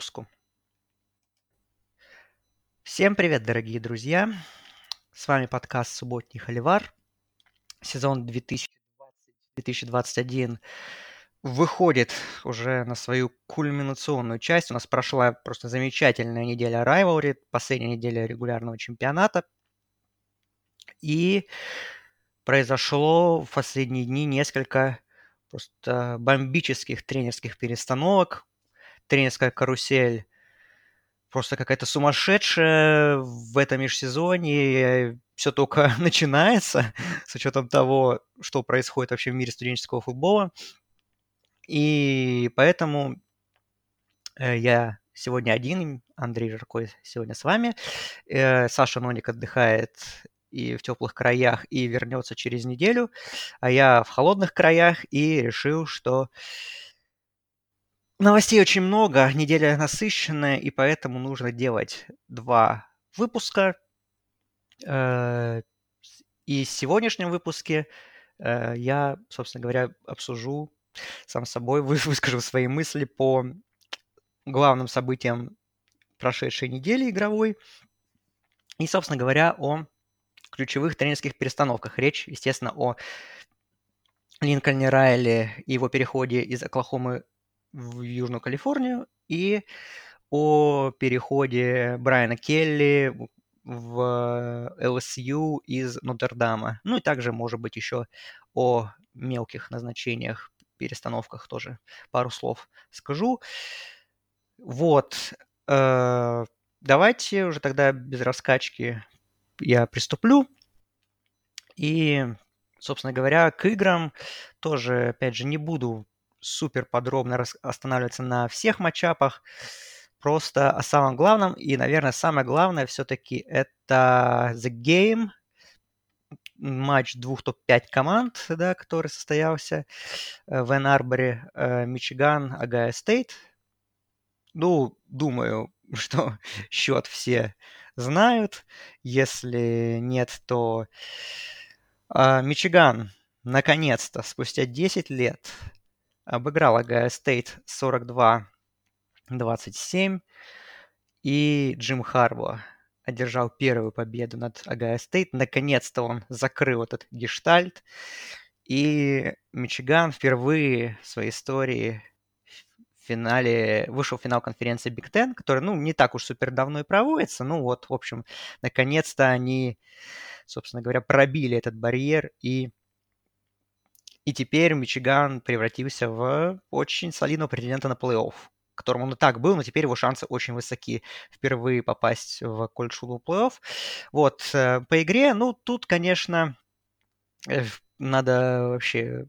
выпуску. Всем привет, дорогие друзья! С вами подкаст «Субботний холивар». Сезон 2020-2021 выходит уже на свою кульминационную часть. У нас прошла просто замечательная неделя Rivalry, последняя неделя регулярного чемпионата. И произошло в последние дни несколько просто бомбических тренерских перестановок. Тренерская карусель просто какая-то сумасшедшая в этом межсезонье. Все только начинается с учетом того, что происходит вообще в мире студенческого футбола. И поэтому я сегодня один, Андрей Жаркой сегодня с вами. Саша Ноник отдыхает и в теплых краях, и вернется через неделю. А я в холодных краях и решил, что новостей очень много, неделя насыщенная, и поэтому нужно делать 2 выпуска. И в сегодняшнем выпуске я, собственно говоря, обсужу сам с собой, выскажу свои мысли по главным событиям прошедшей недели игровой и, собственно говоря, о ключевых тренерских перестановках. Речь, естественно, о Линкольне Райли и его переходе из Оклахомы в Южную Калифорнию и о переходе Брайана Келли в ЛСЮ из Нотр-Дама. Ну и также, может быть, еще о мелких назначениях, перестановках тоже пару слов скажу. Вот. Давайте уже тогда без раскачки я приступлю. И, собственно говоря, к играм тоже, опять же, не буду супер подробно останавливаться на всех матчапах, просто о самом главном. И, наверное, самое главное все-таки это The Game, матч двух топ-5 команд, да, который состоялся в Энн-Арборе, Мичиган, Огайо Стейт. Ну, думаю, что счет все знают. Если нет, то Мичиган наконец-то спустя 10 лет обыграл Огайо Стейт 42-27, и Джим Харбо одержал первую победу над Огайо Стейт. Наконец-то он закрыл этот гештальт, и Мичиган впервые в своей истории вышел в финал конференции Big Ten, который, не так уж супер давно и проводится. Ну вот, в общем, наконец-то они, собственно говоря, пробили этот барьер, и теперь Мичиган превратился в очень солидного претендента на плей-офф, которым он и так был, но теперь его шансы очень высоки впервые попасть в колледж футбол плей-офф. Вот, по игре, тут, конечно, надо вообще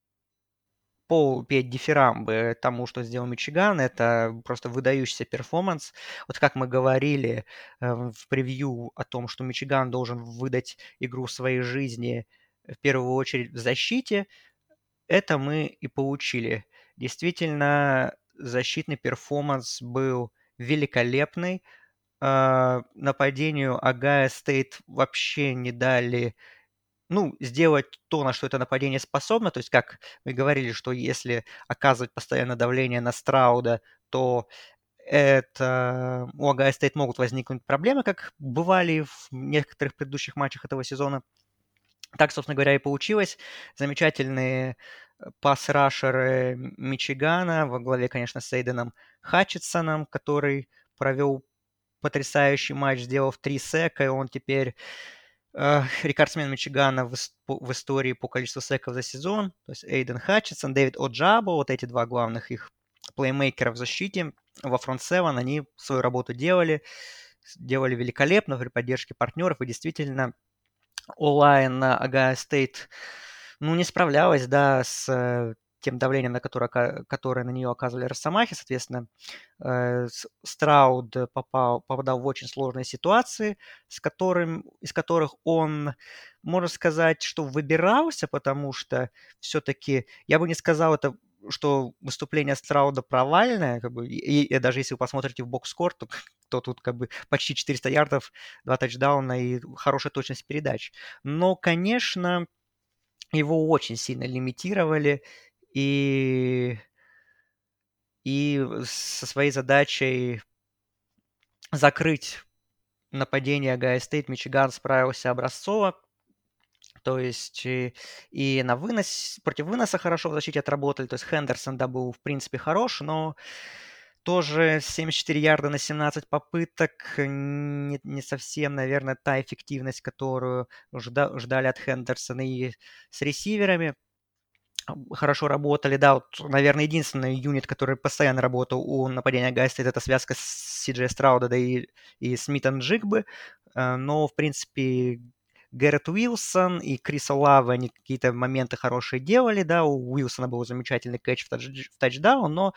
петь дифирамбы тому, что сделал Мичиган. Это просто выдающийся перформанс. Вот как мы говорили в превью о том, что Мичиган должен выдать игру своей жизни в первую очередь в защите, это мы и получили. Действительно, защитный перформанс был великолепный. Нападению Огайо Стейт вообще не дали сделать то, на что это нападение способно. То есть, как мы говорили, что если оказывать постоянное давление на Страуда, то это у Огайо Стейт могут возникнуть проблемы, как бывали в некоторых предыдущих матчах этого сезона. Так, собственно говоря, и получилось. Замечательные пас-рашеры Мичигана во главе, конечно, с Эйденом Хатчинсоном, который провел потрясающий матч, сделав 3 сека, и он теперь рекордсмен Мичигана в истории по количеству секов за сезон. То есть Эйден Хатчинсон, Дэвид О'Джабо, вот эти два главных их плеймейкера в защите во фронт-севен, они свою работу делали великолепно при поддержке партнеров, и действительно онлайн на Огайо Стейт, не справлялась, да, с тем давлением, которое на нее оказывали Росомахи. Соответственно, Страуд попадал в очень сложные ситуации, из которых он, можно сказать, что выбирался, потому что все-таки, я бы не сказал что выступление Страуда провальное, и даже если вы посмотрите в бокс-скор, то тут почти 400 ярдов, 2 тачдауна и хорошая точность передач. Но, конечно, его очень сильно лимитировали, и и со своей задачей закрыть нападение Ohio State Мичиган справился образцово. То есть и на вынос, против выноса хорошо в защите отработали. То есть Хендерсон, да, был в принципе хорош, но тоже 74 ярда на 17 попыток. Не совсем, наверное, та эффективность, которую ждали от Хендерсона. И с ресиверами хорошо работали. Да, вот, наверное, единственный юнит, который постоянно работал у нападения Гайста, это связка с Си.Джей Страуда, да и Смитом Джигбы. Но, в принципе, Гэррет Уилсон и Крис Олаве, они какие-то моменты хорошие делали, да, у Уилсона был замечательный кэтч в тачдаун, но,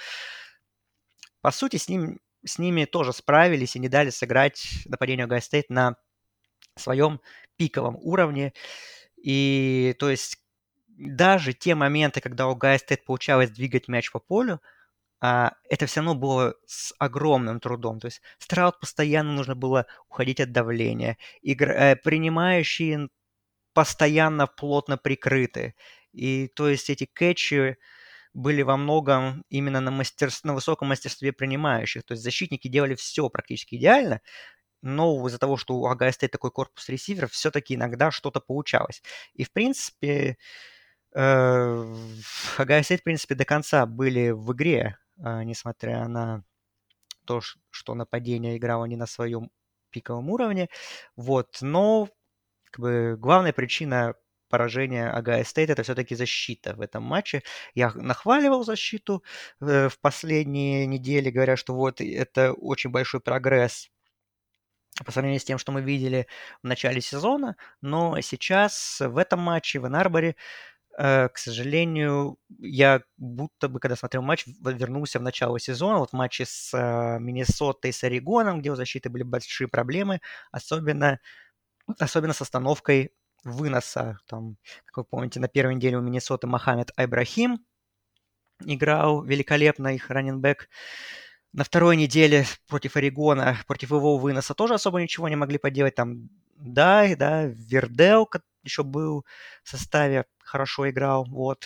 по сути, с ними тоже справились и не дали сыграть нападению Ohio State на своем пиковом уровне. И, то есть, даже те моменты, когда у Ohio State получалось двигать мяч по полю, это все равно было с огромным трудом. То есть Страуд постоянно нужно было уходить от давления. Принимающие постоянно плотно прикрыты. И то есть эти кэтчи были во многом именно на высоком мастерстве принимающих. То есть защитники делали все практически идеально, но из-за того, что у Ohio State такой корпус ресиверов, все-таки иногда что-то получалось. И, в принципе, Ohio State, в принципе, до конца были в игре, несмотря на то, что нападение играло не на своем пиковом уровне. Вот. Но как бы главная причина поражения Ohio State это все-таки защита в этом матче. Я нахваливал защиту в последние недели, говоря, что вот это очень большой прогресс по сравнению с тем, что мы видели в начале сезона, но сейчас в этом матче в Энн-Арборе, к сожалению, я будто бы, когда смотрел матч, вернулся в начало сезона, вот в матче с Миннесотой и с Орегоном, где у защиты были большие проблемы, особенно с остановкой выноса. Там, как вы помните, на первой неделе у Миннесоты Мохаммед Айбрахим играл великолепно, их раннинбэк. На второй неделе против Орегона, против его выноса тоже особо ничего не могли поделать. Там, да, Вердел еще был в составе, хорошо играл, вот.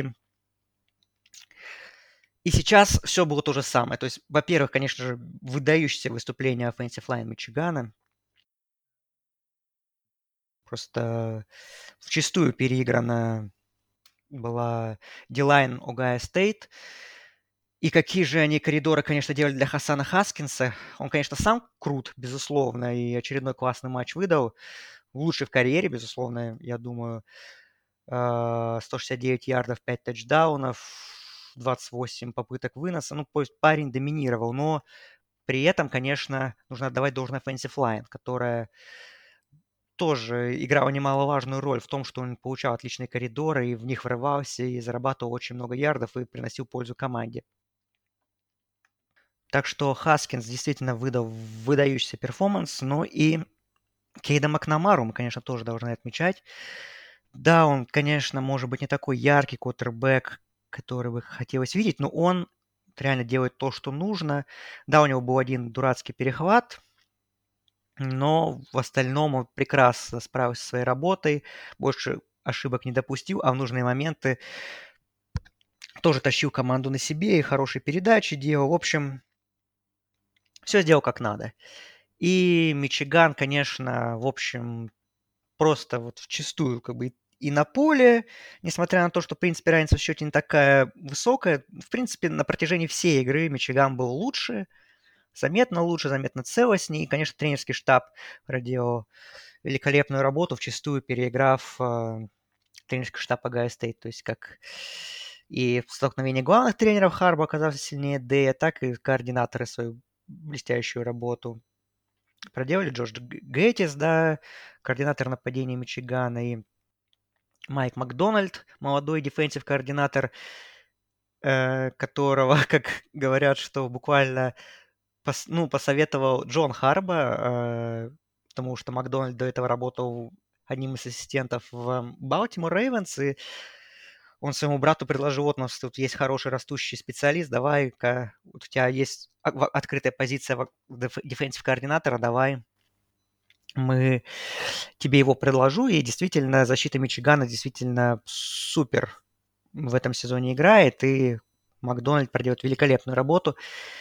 И сейчас все было то же самое. То есть, во-первых, конечно же, выдающееся выступление offensive line Мичигана. Просто вчистую переиграна была D-line Ohio State. И какие же они коридоры, конечно, делали для Хасана Хаскинса. Он, конечно, сам крут, безусловно, и очередной классный матч выдал. Лучший в карьере, безусловно, я думаю. 169 ярдов, 5 тачдаунов, 28 попыток выноса. Ну, то есть парень доминировал, но при этом, конечно, нужно отдавать должное offensive line, которая тоже играла немаловажную роль в том, что он получал отличные коридоры и в них врывался и зарабатывал очень много ярдов и приносил пользу команде. Так что Хаскинс действительно выдал выдающийся перформанс, но и Кейда Макнамару мы, конечно, тоже должны отмечать. Да, он, конечно, может быть не такой яркий квотербек, который бы хотелось видеть, но он реально делает то, что нужно. Да, у него был один дурацкий перехват, но в остальном он прекрасно справился со своей работой, больше ошибок не допустил, а в нужные моменты тоже тащил команду на себе и хорошие передачи делал. В общем, все сделал как надо. И Мичиган, конечно, в общем, просто вот вчистую как бы и на поле, несмотря на то, что, в принципе, разница в счете не такая высокая, в принципе, на протяжении всей игры Мичиган был лучше, заметно целостнее. И, конечно, тренерский штаб проделал великолепную работу, вчистую переиграв тренерский штаб Ohio State. То есть как и в столкновении главных тренеров Харбо оказался сильнее Дэя, так и координаторы свою блестящую работу проделали. Джош Гэттис, да, координатор нападения Мичигана, и Майк Макдональд, молодой дефенсив координатор, которого, как говорят, что буквально посоветовал Джон Харбо, потому что Макдональд до этого работал одним из ассистентов в Балтимор Рейвенс, и он своему брату предложил: вот у нас тут есть хороший растущий специалист, давай-ка, вот у тебя есть открытая позиция дефенсив координатора, давай мы тебе его предложу. И действительно, защита Мичигана действительно супер в этом сезоне играет. И Макдональд проделает великолепную работу.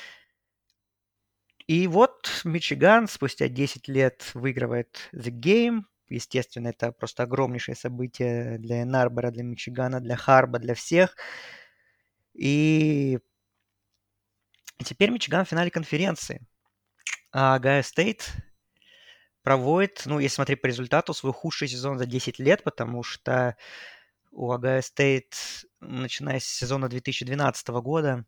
И вот Мичиган спустя 10 лет выигрывает The Game. Естественно, это просто огромнейшее событие для Энн Арбора, для Мичигана, для Харба, для всех. И теперь Мичиган в финале конференции. А Огайо Стейт проводит, ну, если смотреть по результату, свой худший сезон за 10 лет, потому что у Огайо Стейт, начиная с сезона 2012 года,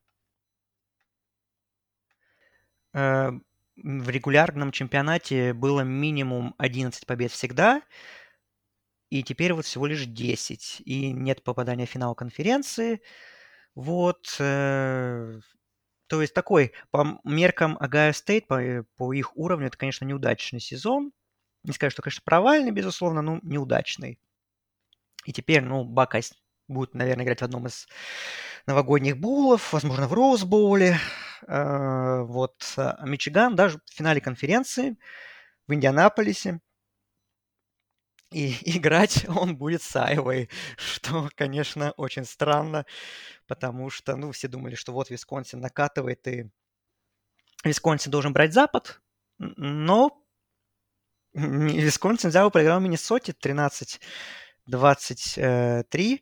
э, в регулярном чемпионате было минимум 11 побед всегда, и теперь вот всего лишь 10. И нет попадания в финал конференции. Вот, то есть такой, по меркам Огайо Стейт, по их уровню, это, конечно, неудачный сезон. Не скажу, что, конечно, провальный, безусловно, но неудачный. И теперь, ну, Бакайс будет, наверное, играть в одном из новогодних боулов, возможно, в Роуз-боуле. Вот. Мичиган даже в финале конференции в Индианаполисе. И играть он будет с Айовой, что, конечно, очень странно, потому что, ну, все думали, что вот Висконсин накатывает, и Висконсин должен брать Запад, но Висконсин взял и проиграл Миннесоте 13-23.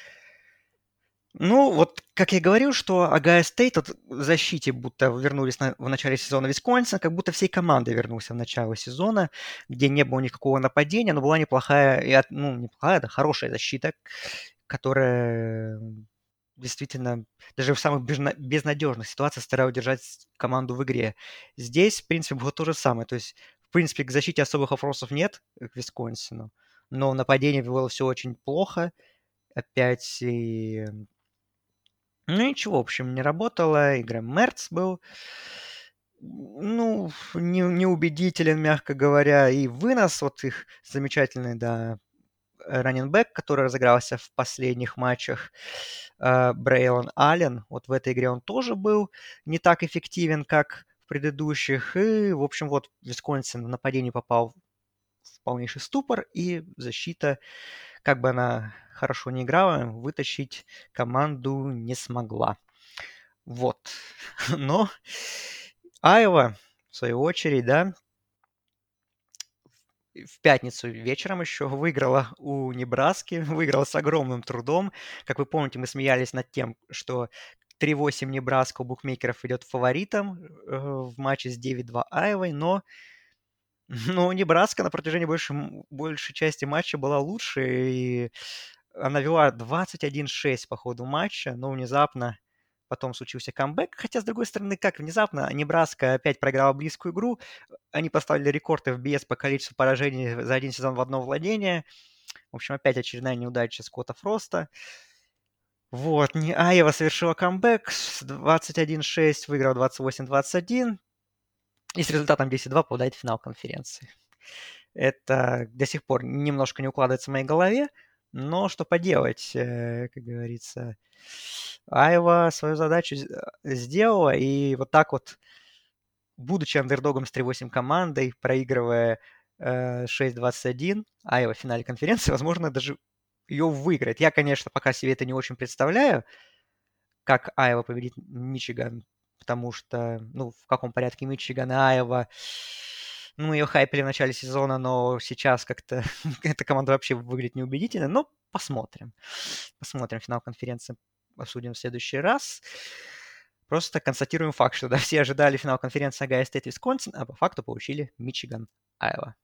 Ну, вот, как я говорил, что Огайо Стейт вот в защите будто вернулись в начале сезона Висконсин, как будто всей командой вернулся в начало сезона, где не было никакого нападения, но была неплохая, ну, неплохая, да, хорошая защита, которая действительно даже в самых безнадежных ситуациях старалась удержать команду в игре. Здесь, в принципе, было то же самое. То есть, в принципе, к защите особых вопросов нет, к Висконсину, но нападение было все очень плохо. Опять и ну ничего, в общем, не работало. И Грэм Мерц был, ну, неубедителен, мягко говоря. И вынос, вот их замечательный, да, раннинбэк, который разыгрался в последних матчах, Брейлон Аллен. Вот в этой игре он тоже был не так эффективен, как в предыдущих. И, в общем, вот Висконсин в нападении попал в полнейший ступор, и защита, как бы она хорошо не играла, вытащить команду не смогла. Вот. Но Айова, в свою очередь, да, в пятницу вечером еще выиграла у Небраски, выиграла с огромным трудом. Как вы помните, мы смеялись над тем, что 3-8 Небраска у букмекеров идет фаворитом в матче с 9-2 Айовой, но Небраска на протяжении большей части матча была лучше, и она вела 21-6 по ходу матча, но внезапно потом случился камбэк. Хотя, с другой стороны, как внезапно Небраска опять проиграла близкую игру. Они поставили рекорд FBS по количеству поражений за один сезон в одно владение. В общем, опять очередная неудача Скотта Фроста. Вот, Айова совершила камбэк с 21-6, выиграл 28-21. И с результатом 10-2 попадает в финал конференции. Это до сих пор немножко не укладывается в моей голове, но что поделать, как говорится. Айва свою задачу сделала, и вот так вот, будучи андердогом с 3-8 командой, проигрывая 6-21, Айва в финале конференции, возможно, даже ее выиграет. Я, конечно, пока себе это не очень представляю, как Айва победит Мичиган, потому что, ну, в каком порядке Мичиган и Айва, ну, ее хайпели в начале сезона, но сейчас как-то эта команда вообще выглядит неубедительно, но посмотрим. Посмотрим финал конференции, обсудим в следующий раз. Просто констатируем факт, что да, все ожидали финал конференции Огайо Стейт Висконсин, а по факту получили Мичиган Айва.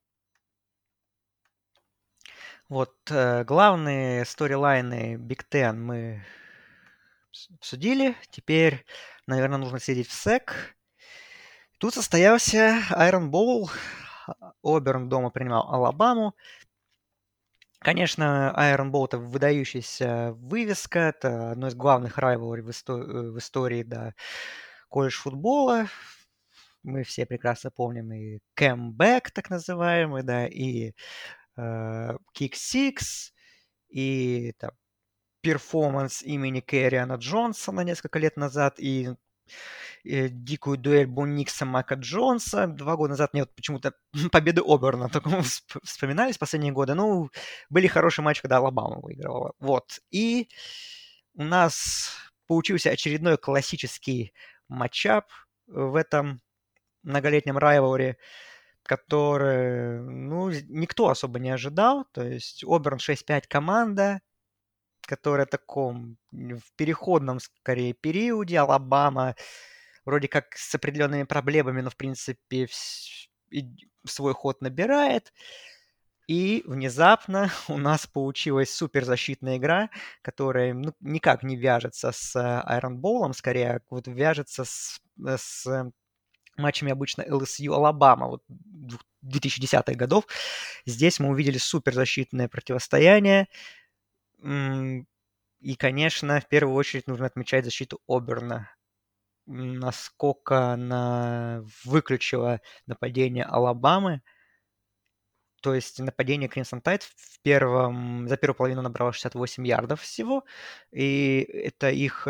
Вот, главные сторилайны Big Ten мы обсудили. Теперь, наверное, нужно съездить в СЭК. Тут состоялся Iron Bowl. Оберн дома принимал Алабаму. Конечно, Iron Bowl — это выдающаяся вывеска. Это одно из главных райвелри в истории да, колледж-футбола. Мы все прекрасно помним и кэмбэк, так называемый, да, и Kick Six, и там, перформанс имени Кэриана Джонсона несколько лет назад, и дикую дуэль Бо Никса Мака Джонса 2 года назад. Мне вот почему-то победы Оберна только вспоминались последние годы. Ну, были хорошие матчи, когда Алабама выигрывала. Вот. И у нас получился очередной классический матчап в этом многолетнем райвелри, который, ну, никто особо не ожидал. То есть Оберн 6-5 команда, которая в таком в переходном, скорее, периоде. Алабама вроде как с определенными проблемами, но, в принципе, свой ход набирает. И внезапно у нас получилась суперзащитная игра, которая ну, никак не вяжется с Iron Bowl'ом, скорее а вот вяжется с матчами обычно LSU Алабама вот 2010-х годов. Здесь мы увидели суперзащитное противостояние. И, конечно, в первую очередь нужно отмечать защиту Оберна. Насколько она выключила нападение Алабамы. То есть нападение Crimson Tide за первую половину набрало 68 ярдов всего. И это их...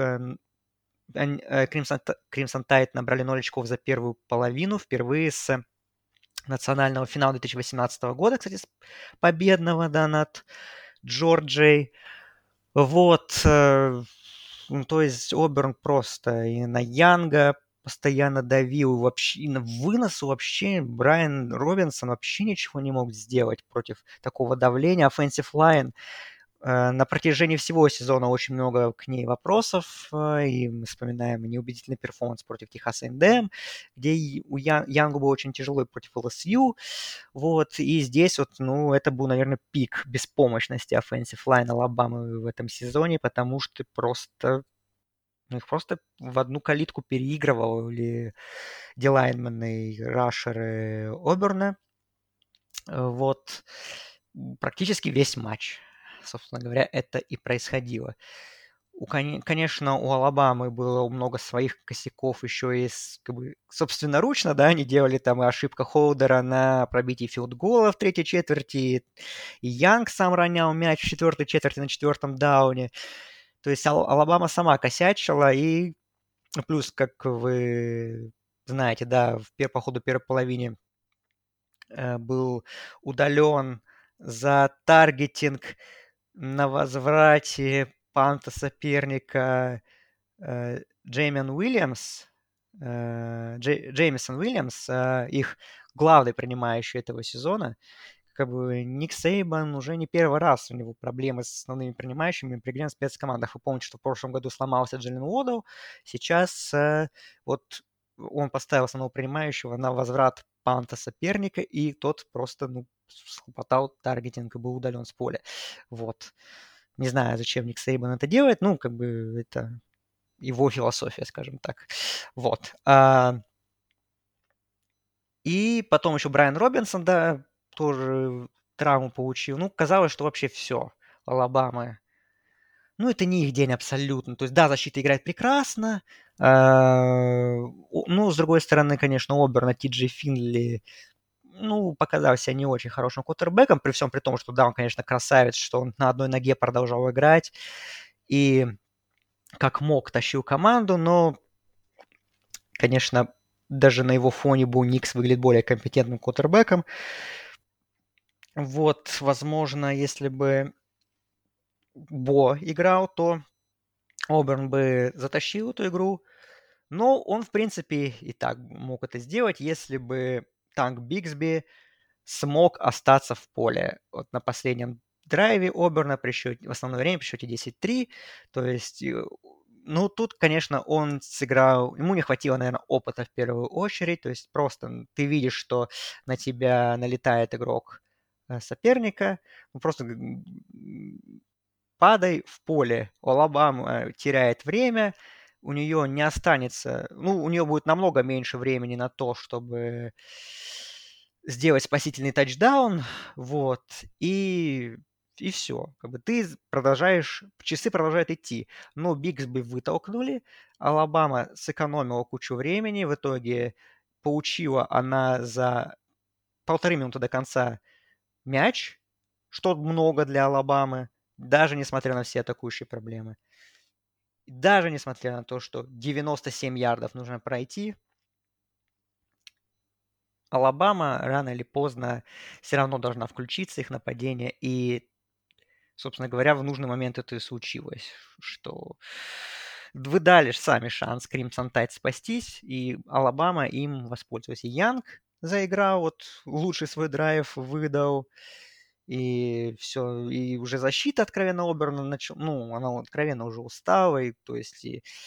Crimson Tide набрали 0 очков за первую половину впервые с национального финала 2018 года, кстати, победного, да, над Джорджией. Вот, ну, то есть Оберн просто и на Янга постоянно давил, вообще и на выносу вообще Брайан Робинсон вообще ничего не мог сделать против такого давления. Offensive line на протяжении всего сезона очень много к ней вопросов, и мы вспоминаем неубедительный перформанс против Техаса A&M, где у Янгу было очень тяжело против LSU, вот, и здесь вот, ну, это был, наверное, пик беспомощности offensive line Алабамы в этом сезоне, потому что просто, ну, их просто в одну калитку переигрывали дилайнмены и рашеры Оберна, вот, практически весь матч. Собственно говоря, это и происходило. Конечно, у Алабамы было много своих косяков еще и как бы, собственноручно, да, они делали там и ошибка Холдера на пробитии филдгола в третьей четверти, и Янг сам ронял мяч в четвертой четверти на четвертом дауне. То есть Алабама сама косячила, и плюс, как вы знаете, да, по ходу первой половине был удален за таргетинг на возврате панта соперника Джеймисон Уильямс, их главный принимающий этого сезона. Как бы Ник Сейбан уже не первый раз у него проблемы с основными принимающими при игре на спецкомандах. Вы помните, что в прошлом году сломался Джейлен Уодл. Сейчас вот он поставил основного принимающего на возврат панта соперника, и тот просто ну, схлопотал таргетинг и был удален с поля. Вот. Не знаю, зачем Ник Сейбан это делает. Ну, как бы это его философия, скажем так. Вот. И потом еще Брайан Робинсон, да, тоже травму получил. Ну, казалось, что вообще все. Алабама. Ну, это не их день абсолютно. То есть, да, защита играет прекрасно. Ну, с другой стороны, конечно, Оберна, Ти-Джей Финли, ну, показался не очень хорошим квотербеком, при всем при том, что, да, он, конечно, красавец, что он на одной ноге продолжал играть. И как мог тащил команду, но, конечно, даже на его фоне Бо Никс выглядит более компетентным квотербеком. Вот, возможно, если бы Бо играл, то Оберн бы затащил эту игру. Но он, в принципе, и так мог это сделать, если бы Танк Бигсби смог остаться в поле. Вот на последнем драйве Оберна в основное время при счете 10-3. То есть, ну, тут, конечно, он сыграл... Ему не хватило, наверное, опыта в первую очередь. То есть просто ты видишь, что на тебя налетает игрок соперника. Ну, просто падай в поле. Алабама теряет время. У нее не останется... Ну, у нее будет намного меньше времени на то, чтобы сделать спасительный тачдаун, вот, и все. Как бы ты продолжаешь, часы продолжают идти. Но Бигсби вытолкнули, Алабама сэкономила кучу времени, в итоге получила она за 1,5 минуты до конца мяч, что много для Алабамы, даже несмотря на все атакующие проблемы. Даже несмотря на то, что 97 ярдов нужно пройти, Алабама рано или поздно все равно должна включиться, их нападение, и, собственно говоря, в нужный момент это и случилось, что вы дали ж сами шанс Crimson Tide спастись, и Алабама им воспользовалась. И Янг заиграл, вот лучший свой драйв выдал, и все, и уже защита откровенно Оберна ну, она откровенно уже устала, и, то есть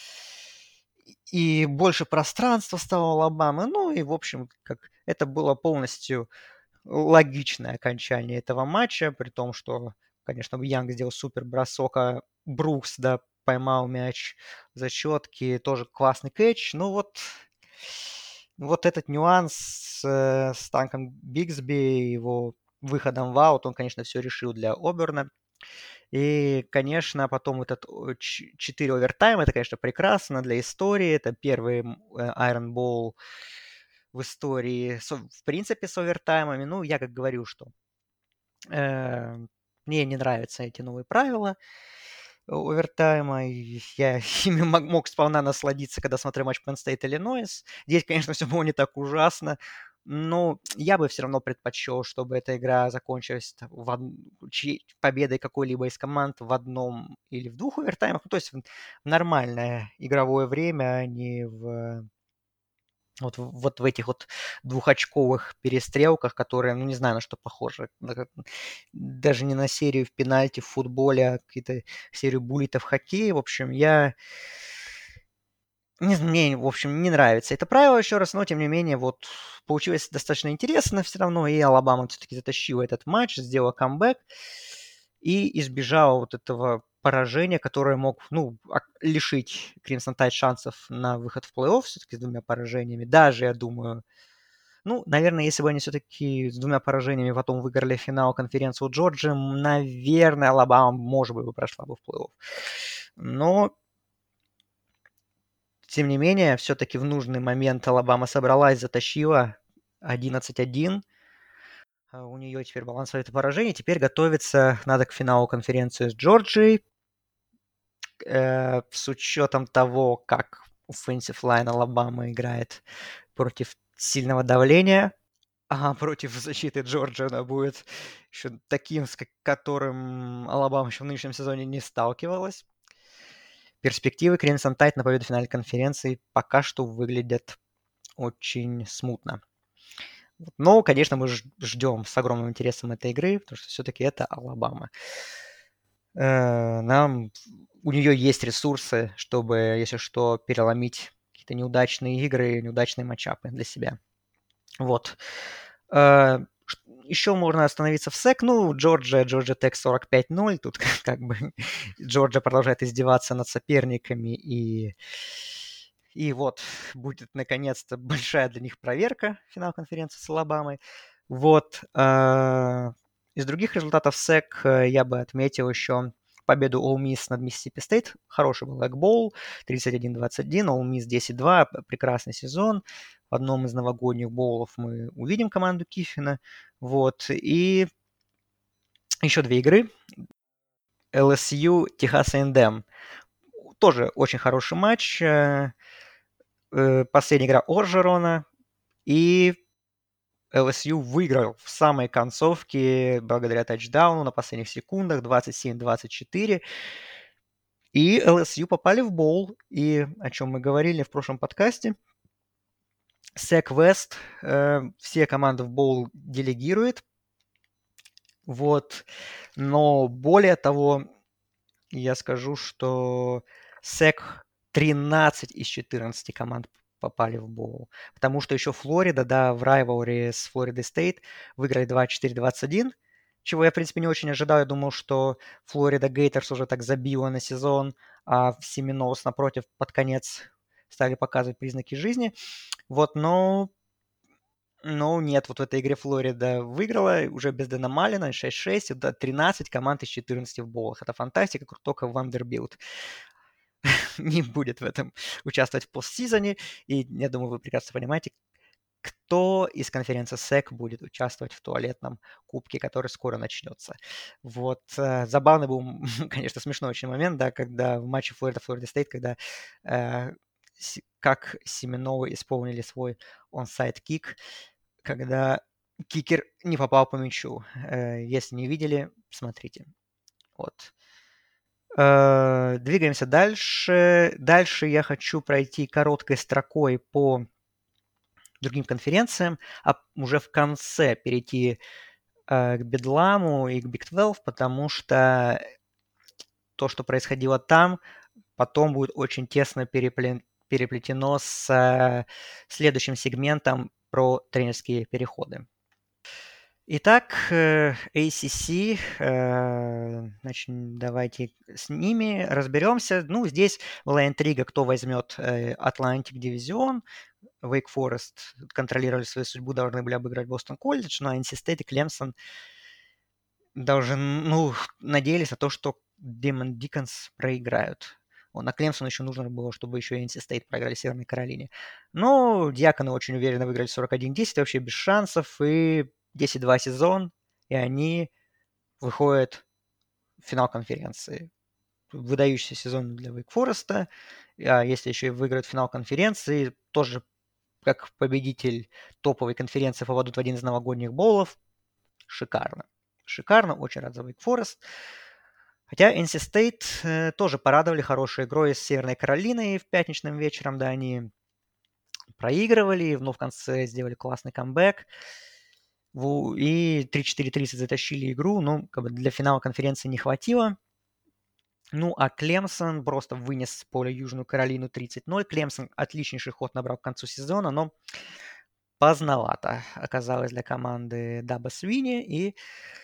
и больше пространства стало у Алабамы, ну и, в общем, как это было полностью логичное окончание этого матча, при том, что, конечно, Янг сделал супер бросок, а Брукс, да, поймал мяч в зачетке, тоже классный кэч. Ну вот этот нюанс с Танком Бигсби, его выходом в аут, он, конечно, все решил для Оберна. И, конечно, потом этот 4 овертайма, это, конечно, прекрасно для истории. Это первый Iron Bowl в истории, в принципе, с овертаймами. Ну, я как говорю, что э, мне не нравятся эти новые правила овертайма. И я ими мог сполна насладиться, когда смотрю матч Penn State Illinois. Здесь, конечно, все было не так ужасно. Но я бы все равно предпочел, чтобы эта игра закончилась победой какой-либо из команд в одном или в двух овертаймах. Ну, то есть в нормальное игровое время, а не вот в этих вот двухочковых перестрелках, которые, ну, не знаю, на что похожи. Даже не на серию в пенальти в футболе, а какие-то серию буллитов в хоккее. В общем, мне, в общем, не нравится это правило еще раз, но, тем не менее, вот получилось достаточно интересно все равно, и Алабама все-таки затащила этот матч, сделала камбэк и избежала вот этого поражения, которое мог, ну, лишить Crimson Tide шансов на выход в плей-офф все-таки с двумя поражениями. Даже, я думаю, ну, наверное, если бы они все-таки с двумя поражениями потом выиграли финал конференции у Джорджии, наверное, Алабама, может быть, бы прошла бы в плей-офф. Но тем не менее, все-таки в нужный момент Алабама собралась, затащила 11-1. У нее теперь баланс поражений. Теперь готовиться надо к финалу конференции с Джорджией. С учетом того, как offensive line Алабамы играет против сильного давления, а против защиты Джорджии она будет еще таким, с которым Алабама еще в нынешнем сезоне не сталкивалась. Перспективы Crimson Tide на победу в финале конференции пока что выглядят очень смутно. Но, конечно, мы ждем с огромным интересом этой игры, потому что все-таки это Алабама. У нее есть ресурсы, чтобы, если что, переломить какие-то неудачные игры, неудачные матчапы для себя. Вот. Еще можно остановиться в СЭК. Ну, Джорджия Тек 45-0. Тут как бы Джорджия продолжает издеваться над соперниками. И вот будет наконец-то большая для них проверка финал конференции с Алабамой. Вот. Из других результатов СЭК я бы отметил еще победу Ole Miss над Mississippi State. Хороший был экбол. 31-21. Ole Miss 10-2. Прекрасный сезон. В одном из новогодних боулов мы увидим команду Киффина. Вот. И еще две игры. LSU, Техас A&M. Тоже очень хороший матч. Последняя игра Оржерона. И LSU выиграл в самой концовке благодаря тачдауну на последних секундах 27-24. И LSU попали в боул. И о чем мы говорили в прошлом подкасте. SEC West все команды в боул делегирует. Вот. Но более того, я скажу, что SEC 13 из 14 команд попали в боул. Потому что еще Флорида, да, в райвалре с Флоридой Стейт выиграли 24-21, чего я, в принципе, не очень ожидал. Я думал, что Флорида Гейтерс уже так забила на сезон, а Семинолс, напротив, под конец стали показывать признаки жизни. Вот, но нет, вот в этой игре Флорида выиграла уже без Дэна Маллина 6-6, это 13 команд из 14 в боулах. Это фантастика, как только Вандербилт не будет в этом участвовать в постсезоне. И я думаю, вы прекрасно понимаете, кто из конференции SEC будет участвовать в туалетном кубке, который скоро начнется. Вот. Забавный был, конечно, смешной очень момент, да, когда в матче Флорида Стейт, когда как Семеновы исполнили свой онсайд кик, когда кикер не попал по мячу. Если не видели, смотрите. Вот. Двигаемся дальше. Дальше я хочу пройти короткой строкой по другим конференциям, а уже в конце перейти к Бедламу и к Big 12, потому что то, что происходило там, потом будет очень тесно переплетено с следующим сегментом про тренерские переходы. Итак, ACC, значит, давайте с ними разберемся. Ну, здесь была интрига, кто возьмет Atlantic Division. Wake Forest контролировали свою судьбу, должны были обыграть Бостон Колледж, но NC State и Клемсон надеялись на то, что Демон Диконс проиграют. На Клемсон еще нужно было, чтобы еще и NC State проиграли Северной Каролине. Но Дьяконы очень уверенно выиграли 41-10, вообще без шансов, и 10-2 сезон, и они выходят в финал конференции. Выдающийся сезон для Wake Forest. А если еще и выиграют финал конференции, тоже как победитель топовой конференции попадут в один из новогодних боулов. Шикарно. Шикарно, очень рад за Wake Forest. Хотя NC State тоже порадовали хорошей игрой с Северной Каролиной в пятничным вечером. Да, они проигрывали, но в конце сделали классный камбэк. И 3-4-30 затащили игру, но как бы для финала конференции не хватило. Ну, а Клемсон просто вынес с поля Южную Каролину 30-0. Клемсон отличнейший ход набрал к концу сезона, но поздновато оказалось для команды Даба Свини. И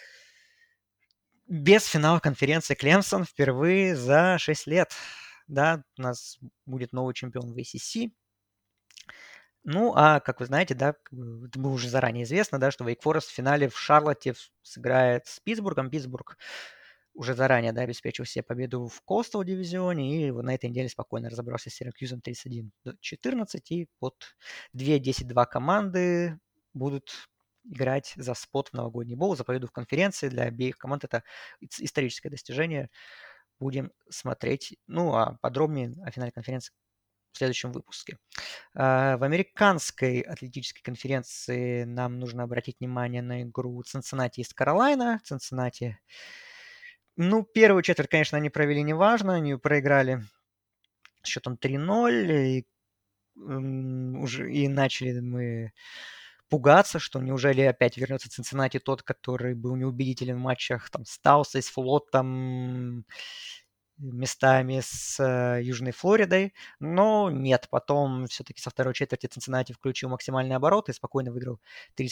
без финала конференции Клемсон впервые за 6 лет. Да, у нас будет новый чемпион в ACC. Ну, а как вы знаете, да, это было уже заранее известно, да, что Wake Forest в финале в Шарлотте сыграет с Питтсбургом. Питтсбург уже заранее, да, обеспечил себе победу в Coastal дивизионе, и на этой неделе спокойно разобрался с Сиракьюзом 31-14, и под 2-10-2 команды будут играть за спот в новогодний боул, за победу в конференции. Для обеих команд это историческое достижение. Будем смотреть, ну, а подробнее о финале конференции в следующем выпуске. В американской атлетической конференции нам нужно обратить внимание на игру Цинциннати из Каролайна. Цинциннати, ну, первую четверть, конечно, они провели неважно, они проиграли счетом 3-0, и начали мы пугаться, что неужели опять вернется Цинциннати тот, который был неубедителен в матчах там, с Таусой, с Флотом, местами с Южной Флоридой. Но нет, потом все-таки со второй четверти Цинциннати включил максимальный оборот и спокойно выиграл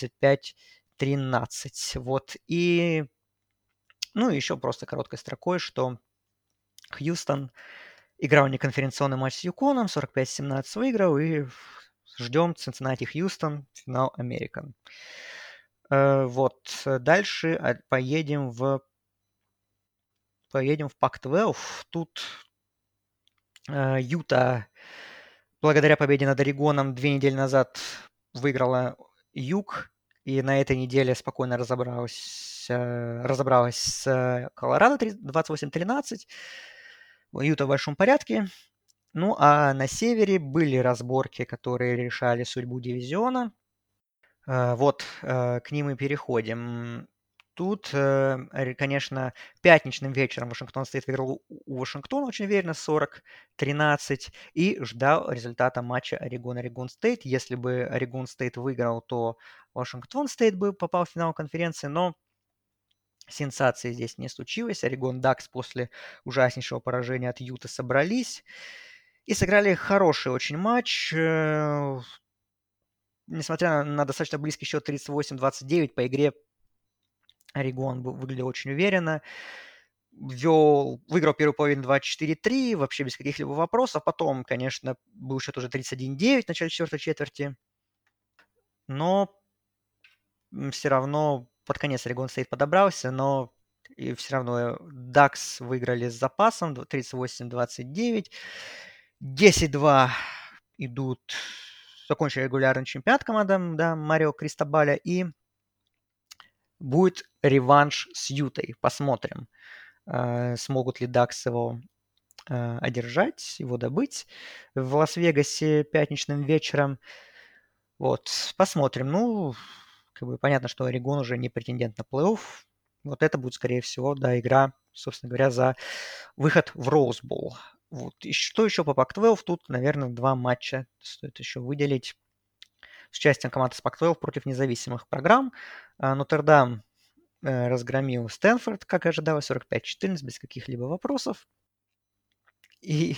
35-13. Вот. И, ну, еще просто короткой строкой, что Хьюстон играл неконференционный матч с Юконом, 45-17 выиграл, и ждем Цинциннати Хьюстон, финал Американ. Вот, дальше поедем в Pac-12. Тут Юта, благодаря победе над Орегоном 2 недели назад выиграла Юг, и на этой неделе спокойно разобралась с Колорадо 28-13. Юта в большом порядке. Ну, а на севере были разборки, которые решали судьбу дивизиона. Вот, к ним и переходим. Тут, конечно, пятничным вечером Вашингтон Стейт выиграл у Вашингтона очень уверенно 40-13 и ждал результата матча Орегон Стейт. Если бы Орегон Стейт выиграл, то Вашингтон Стейт бы попал в финал конференции, но сенсации здесь не случилось. Орегон Дакс после ужаснейшего поражения от Юта собрались и сыграли хороший очень матч. Несмотря на достаточно близкий счет 38-29, по игре Орегон выглядел очень уверенно. Выиграл первую половину 24-3, вообще без каких-либо вопросов. Потом, конечно, был счет уже 31-9 в начале четвертой четверти. Но все равно под конец Орегон Стейт подобрался, но и все равно Дакс выиграли с запасом 38-29. 10-2 идут, закончили регулярный чемпионат командам, да, Марио Кристобаля, и будет реванш с Ютой. Посмотрим, смогут ли Дакс его одержать, его добыть в Лас-Вегасе пятничным вечером. Вот, посмотрим. Ну, как бы понятно, что Орегон уже не претендент на плей-офф. Вот это будет, скорее всего, да, игра собственно говоря, за выход в Rose Bowl. Вот. И что еще по Pac-12? Тут, наверное, два матча стоит еще выделить с участием команд из Pac-12 против независимых программ. Нотр-Дам разгромил Стэнфорд, как и ожидалось, 45-14, без каких-либо вопросов. И,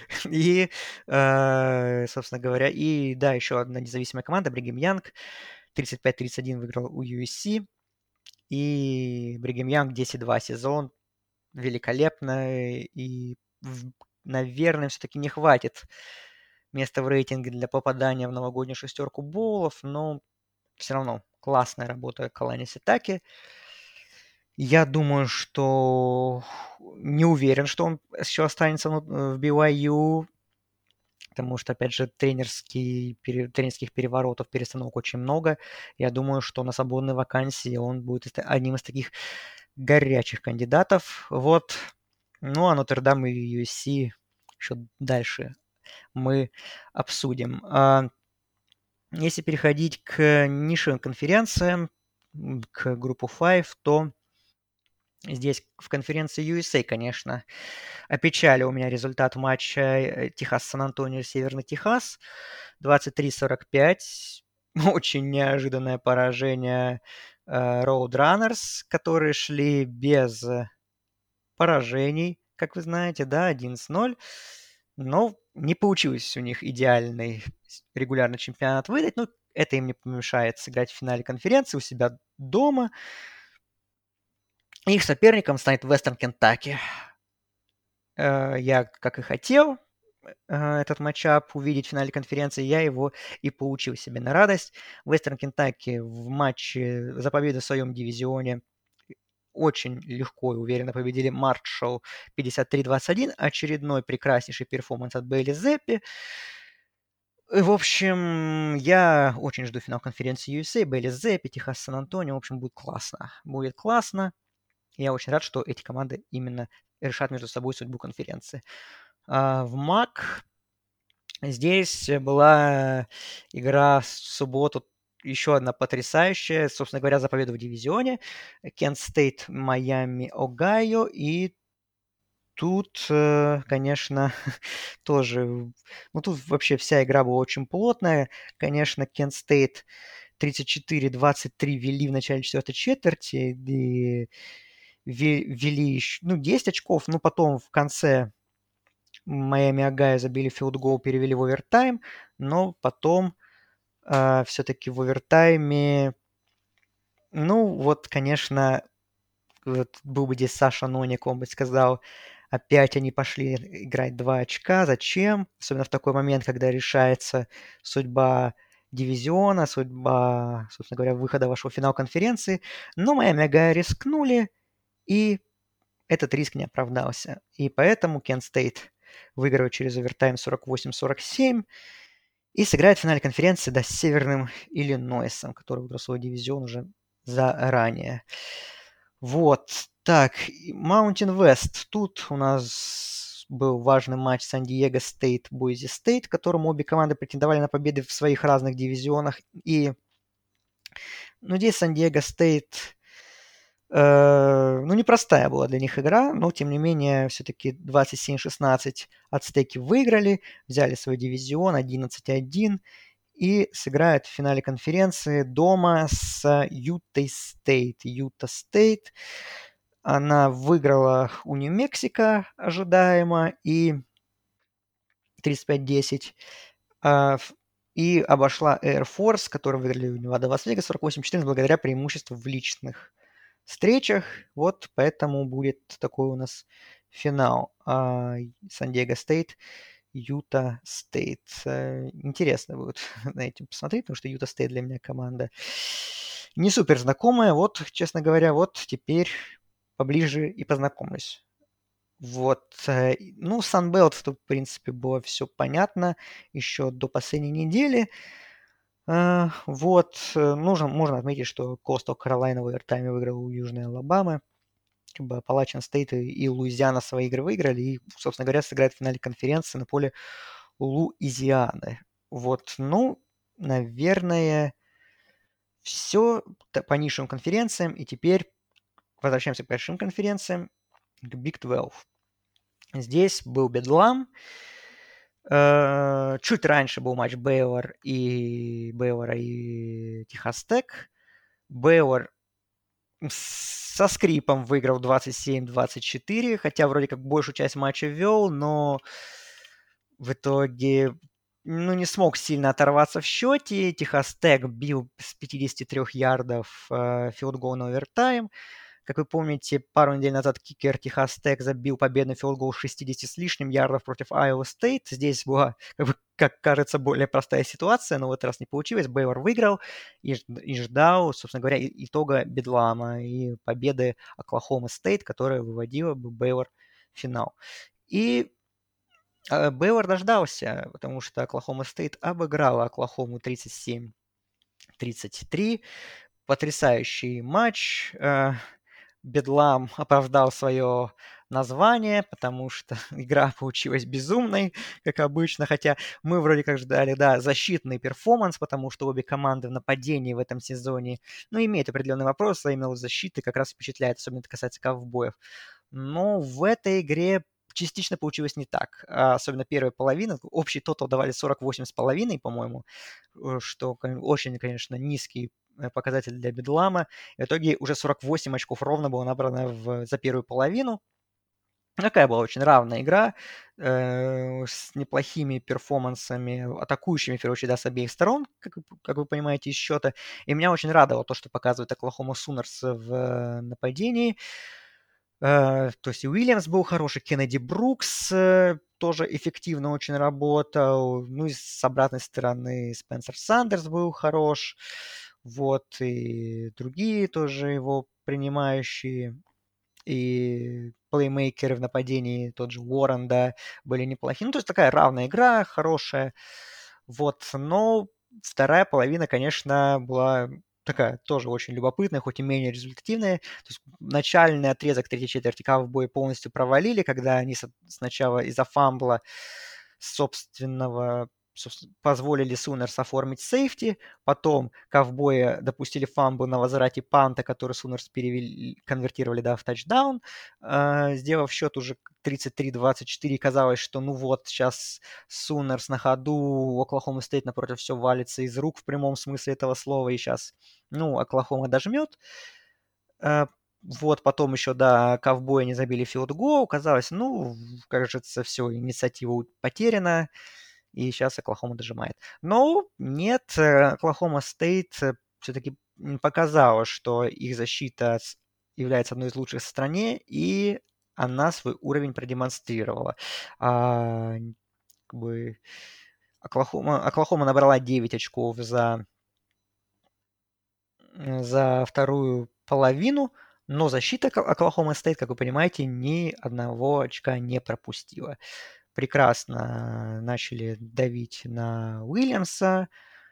собственно говоря, и да, еще одна независимая команда, Бригем Янг, 35-31 выиграл у USC. И Бригем Янг 10-2 сезон, великолепно. И, наверное, все-таки не хватит места в рейтинге для попадания в новогоднюю шестерку боулов, но все равно классная работа Калани Ситаки. Я думаю, что не уверен, что он еще останется в BYU, потому что, опять же, тренерских переворотов, перестановок очень много. Я думаю, что на свободной вакансии он будет одним из таких горячих кандидатов. Вот. Ну, а Нотр-Дам и USC еще дальше мы обсудим. Если переходить к нишевым конференциям, к группу 5, то здесь в конференции USA, конечно, опечалил меня результат матча Техас-Сан-Антонио, Северный Техас. 23-45. Очень неожиданное поражение Roadrunners, которые шли без поражений, как вы знаете, да, 11-0. Но не получилось у них идеальный регулярный чемпионат выдать. Но это им не помешает сыграть в финале конференции у себя дома. Их соперником станет Вестерн Кентаки. Я, как и хотел, этот матчап увидеть в финале конференции, я его и получил себе на радость. Вестерн Кентаки в матче за победу в своем дивизионе очень легко и уверенно победили Маршалл 53-21. Очередной прекраснейший перформанс от Бейли Зеппи. В общем, я очень жду финал конференции USA. Бейли Зеппи, Техас Сан-Антонио. В общем, будет классно. Будет классно. Я очень рад, что эти команды именно решат между собой судьбу конференции. В МАК здесь была игра в субботу, еще одна потрясающая, собственно говоря, за победу в дивизионе. Кент Стейт, Майами, Огайо. И тут, конечно, тоже... Ну, тут вообще вся игра была очень плотная. Конечно, Кент Стейт 34-23 вели в начале четвертой четверти. И вели еще, 10 очков, но потом в конце Майами Огайо забили филд-гол, перевели в овертайм, но потом все-таки в овертайме, вот, конечно, вот был бы здесь Саша Ноник, он бы сказал, опять они пошли играть 2 очка, зачем? Особенно в такой момент, когда решается судьба дивизиона, судьба, собственно говоря, выхода вашего финала конференции. Но Майами Огайо рискнули, и этот риск не оправдался. И поэтому Кент Стейт выигрывает через овертайм 48-47 и сыграет в финале конференции с Северным Иллинойсом, который выиграл свой дивизион уже заранее. Вот. Так, Mountain West. Тут у нас был важный матч Сан-Диего Стейт, Бойзи Стейт, в котором обе команды претендовали на победы в своих разных дивизионах. И, здесь Сан-Диего Стейт непростая была для них игра, но, тем не менее, все-таки 27-16 ацтеки выиграли, взяли свой дивизион 11-1 и сыграют в финале конференции дома с Юта Стейт. Юта Стейт, она выиграла у Нью-Мексико ожидаемо и 35-10. И обошла Air Force, которые выиграли у Невада Лас-Вегас 48-14 благодаря преимуществу в личных встречах. Вот поэтому будет такой у нас финал. Сан-Диего Стейт, Юта Стейт. Интересно будет на этим посмотреть, потому что Юта Стейт для меня команда не супер знакомая. Вот, честно говоря, вот теперь поближе и познакомлюсь. Вот. Sunbelt, в принципе, было все понятно еще до последней недели. Можно отметить, что Coastal Carolina в овертайме выиграл у Южной Алабамы. Appalachian State и Луизиана свои игры выиграли и, собственно говоря, сыграют в финале конференции на поле Луизианы. Вот, наверное, все по низшим конференциям. И теперь возвращаемся к большим конференциям. к Big 12. Здесь был бедлам. Чуть раньше был матч Бейвора и Техас Тек. Бейвор со скрипом выиграл 27-24, хотя вроде как большую часть матча вел, но в итоге не смог сильно оторваться в счете. Техас Тек бил с 53 ярдов филдгол на овертайм. Как вы помните, пару недель назад кикер Техас Тек забил победный филдгол 60 с лишним ярдов против Iowa State. Здесь была, как кажется, более простая ситуация, но в этот раз не получилось. Бейвор выиграл и ждал, собственно говоря, итога бедлама и победы Оклахома Стейт, которая выводила бы Бейвор в финал. И Бейвор дождался, потому что Оклахома Стейт обыграла Оклахому 37-33. Потрясающий матч. Бедлам оправдал свое название, потому что игра получилась безумной, как обычно, хотя мы вроде как ждали, да, защитный перформанс, потому что обе команды в нападении в этом сезоне, имеют определенные вопросы, а именно у защиты как раз впечатляет, особенно это касается ковбоев. Но в этой игре частично получилось не так. Особенно первая половина. Общий тотал давали 48,5, по-моему, что очень, конечно, низкий показатель для бедлама. В итоге уже 48 очков ровно было набрано за первую половину. Такая была очень равная игра с неплохими перформансами, атакующими, в первую очередь, да, с обеих сторон, как вы понимаете из счета. И меня очень радовало то, что показывает Оклахома Сунерс в нападении. То есть и Уильямс был хороший, Кеннеди Брукс тоже эффективно очень работал. Ну и с обратной стороны Спенсер Сандерс был хорош. Вот, и другие тоже его принимающие. И плеймейкеры в нападении, тот же Уоррен, да, были неплохие. Ну, то есть такая равная игра, хорошая. Вот, но вторая половина, конечно, была такая тоже очень любопытная, хоть и менее результативная. То есть начальный отрезок третьей четверти ковбои полностью провалили, когда они сначала из-за фамбла собственного позволили Сунерс оформить сейфти, потом ковбои допустили фамбл на возврате панта, который Сунерс конвертировали, да, в тачдаун, сделав счет уже 33-24. Казалось, что ну вот, сейчас Сунерс на ходу, Оклахома Стейт напротив все валится из рук в прямом смысле этого слова, и сейчас, Оклахома дожмет. Вот, потом еще, да, ковбои не забили филд-гол. Казалось, кажется, все, инициатива потеряна, и сейчас Оклахома дожимает. Но нет, Оклахома Стейт все-таки показала, что их защита является одной из лучших в стране, и она свой уровень продемонстрировала. Как бы Оклахома набрала 9 очков за вторую половину, но защита Оклахома Стейт, как вы понимаете, ни одного очка не пропустила. Прекрасно начали давить на Уильямса,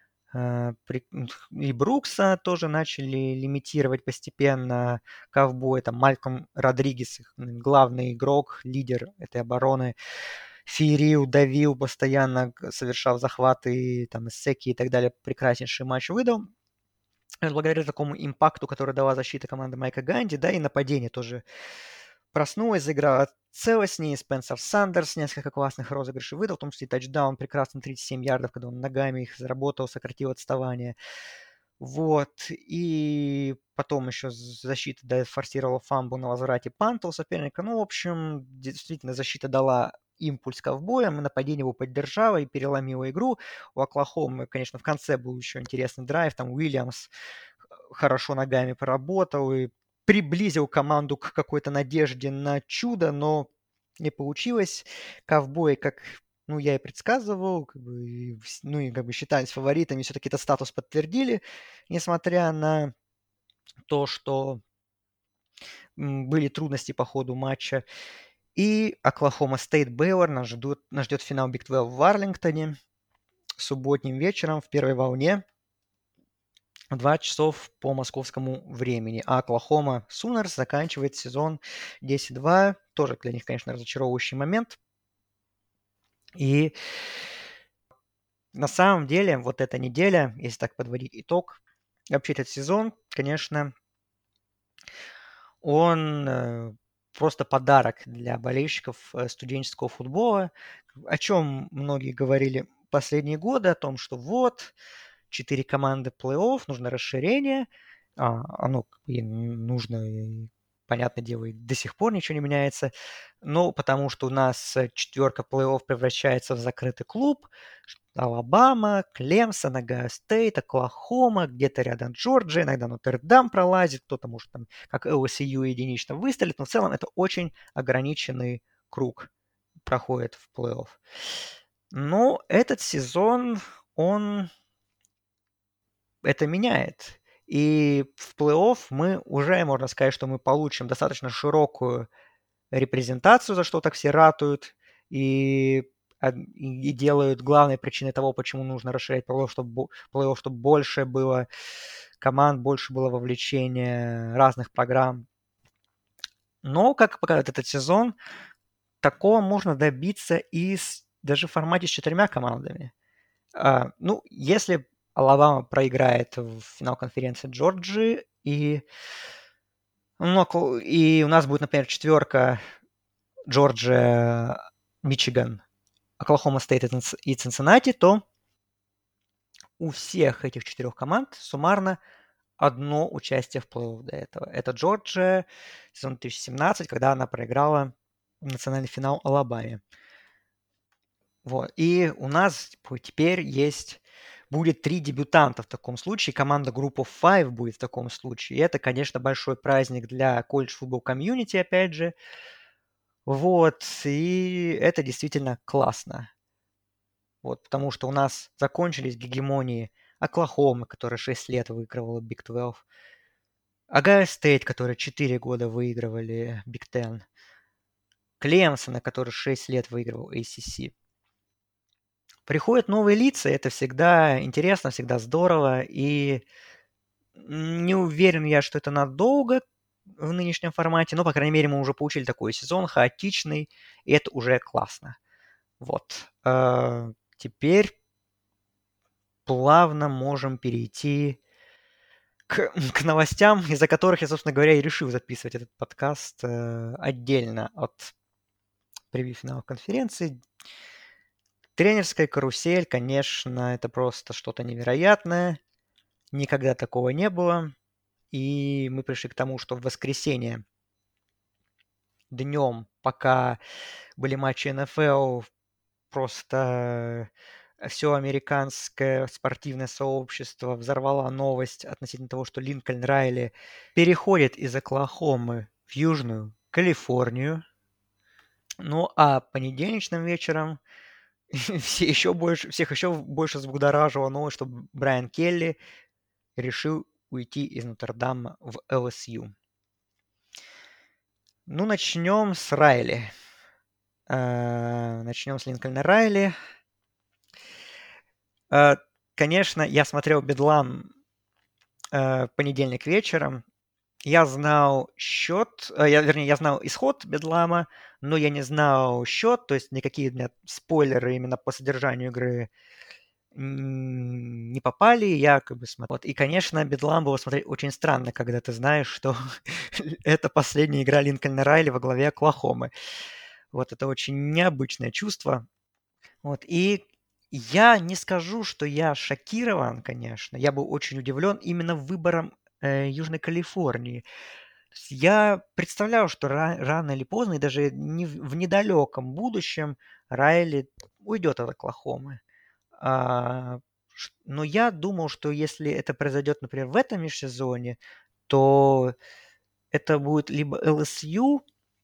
и Брукса тоже начали лимитировать постепенно ковбои. Там Мальком Родригес, их главный игрок, лидер этой обороны, феерил, давил постоянно, совершал захваты, там, эссеки и так далее. Прекраснейший матч выдал. Благодаря такому импакту, который дала защита команды Майка Ганди, да, и нападение тоже проснулась, заиграла целостнее. Спенсер Сандерс несколько классных розыгрышей выдал, в том числе и тачдаун, прекрасно 37 ярдов, когда он ногами их заработал, сократил отставание. Вот, и потом еще защита форсировала фамбл на возврате панта у соперника. Ну, в общем, действительно, защита дала импульс ковбоям, и нападение его поддержало и переломило игру. У Оклахомы, конечно, в конце был еще интересный драйв, там Уильямс хорошо ногами поработал и приблизил команду к какой-то надежде на чудо, но не получилось. Ковбои, как я и предсказывал, и считались фаворитами, все-таки этот статус подтвердили, несмотря на то, что были трудности по ходу матча. И Оклахома Стейт Бейвор нас ждет финал Big 12 в Арлингтоне субботним вечером в первой волне. 2 часов по московскому времени. А Оклахома Сунерс заканчивает сезон 10-2. Тоже для них, конечно, разочаровывающий момент. И на самом деле, вот эта неделя, если так подводить итог, вообще этот сезон, конечно, он просто подарок для болельщиков студенческого футбола, о чем многие говорили последние годы, о том, что вот, 4 команды плей-офф, нужно расширение, оно и нужно, и, понятное дело, и до сих пор ничего не меняется, но потому что у нас четверка плей-офф превращается в закрытый клуб, Алабама, Клемсон, Огайо Стейт, Оклахома, где-то рядом Джорджия, иногда Нотр-Дам пролазит, кто-то может там как LSU единично выстрелит, но в целом это очень ограниченный круг проходит в плей-офф. Но этот сезон, он это меняет. И в плей-офф мы уже, можно сказать, что мы получим достаточно широкую репрезентацию, за что так все ратуют, и, и делают главной причиной того, почему нужно расширять плей-офф, чтобы больше было команд, больше было вовлечения разных программ. Но, как показывает этот сезон, такого можно добиться и даже в формате с 4 командами. Ну, если Алабама проиграет в финал конференции Джорджии, и у нас будет, например, четверка Джорджия, Мичиган, Оклахома Стейт и Цинциннати, то у всех этих 4 команд суммарно одно участие в плей-офф до этого. Это Джорджия, сезон 2017, когда она проиграла национальный финал Алабаме. Вот. И у нас теперь будет 3 дебютанта в таком случае. Команда Group of Five будет в таком случае. И это, конечно, большой праздник для колледж футбол комьюнити, опять же. Вот. И это действительно классно. Вот, потому что у нас закончились гегемонии Оклахомы, которая 6 лет выигрывала Big 12. Огайо Стейт, которые 4 года выигрывали Big Ten. Клемсона, который 6 лет выигрывал ACC. Приходят новые лица, это всегда интересно, всегда здорово, и не уверен я, что это надолго в нынешнем формате, но, по крайней мере, мы уже получили такой сезон, хаотичный, и это уже классно. Вот. Теперь плавно можем перейти к новостям, из-за которых я, собственно говоря, и решил записывать этот подкаст отдельно от превью финалов конференции. Тренерская карусель, конечно, это просто что-то невероятное. Никогда такого не было. И мы пришли к тому, что в воскресенье днем, пока были матчи НФЛ, просто все американское спортивное сообщество взорвало новость относительно того, что Линкольн Райли переходит из Оклахомы в Южную Калифорнию. Ну а понедельничным вечером всех еще больше взбудоражило новость, что Брайан Келли решил уйти из Нотр-Дама в ЛСЮ. Ну, начнем с Райли. Начнем с Линкольна Райли. Конечно, я смотрел «Бедлам» в понедельник вечером. Я знал счет, я знал исход «Бедлама», но я не знал счет, то есть никакие спойлеры именно по содержанию игры не попали, я как бы смотрел. Вот. И, конечно, «Бедлам» было смотреть очень странно, когда ты знаешь, что это последняя игра Линкольна Райли во главе Оклахомы. Вот это очень необычное чувство. Вот. И я не скажу, что я шокирован, конечно. Я был очень удивлен именно выбором Южной Калифорнии. Я представлял, что рано или поздно, и даже не в недалеком будущем Райли уйдет от Оклахомы. Но я думал, что если это произойдет, например, в этом межсезонье, то это будет либо ЛСЮ,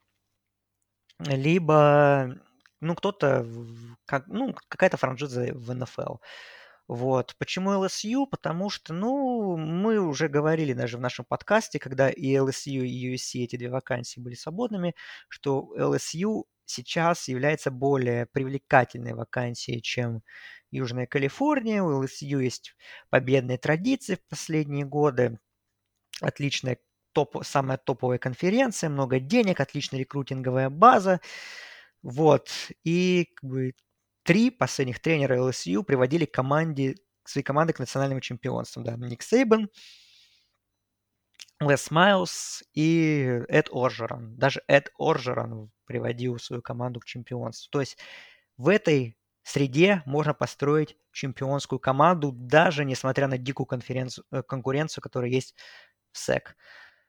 либо кто-то, какая-то франшиза в НФЛ. Вот. Почему ЛСЮ? Потому что, мы уже говорили даже в нашем подкасте, когда и ЛСЮ, и USC, эти 2 вакансии были свободными, что ЛСЮ сейчас является более привлекательной вакансией, чем Южная Калифорния. У ЛСЮ есть победные традиции в последние годы, отличная самая топовая конференция, много денег, отличная рекрутинговая база. Вот. И 3 последних тренера ЛСЮ приводили свои команды к национальным чемпионствам. Да, Ник Сейбан, Лес Майлз и Эд Оржерон. Даже Эд Оржерон приводил свою команду к чемпионству. То есть в этой среде можно построить чемпионскую команду, даже несмотря на дикую конкуренцию, которая есть в СЭК.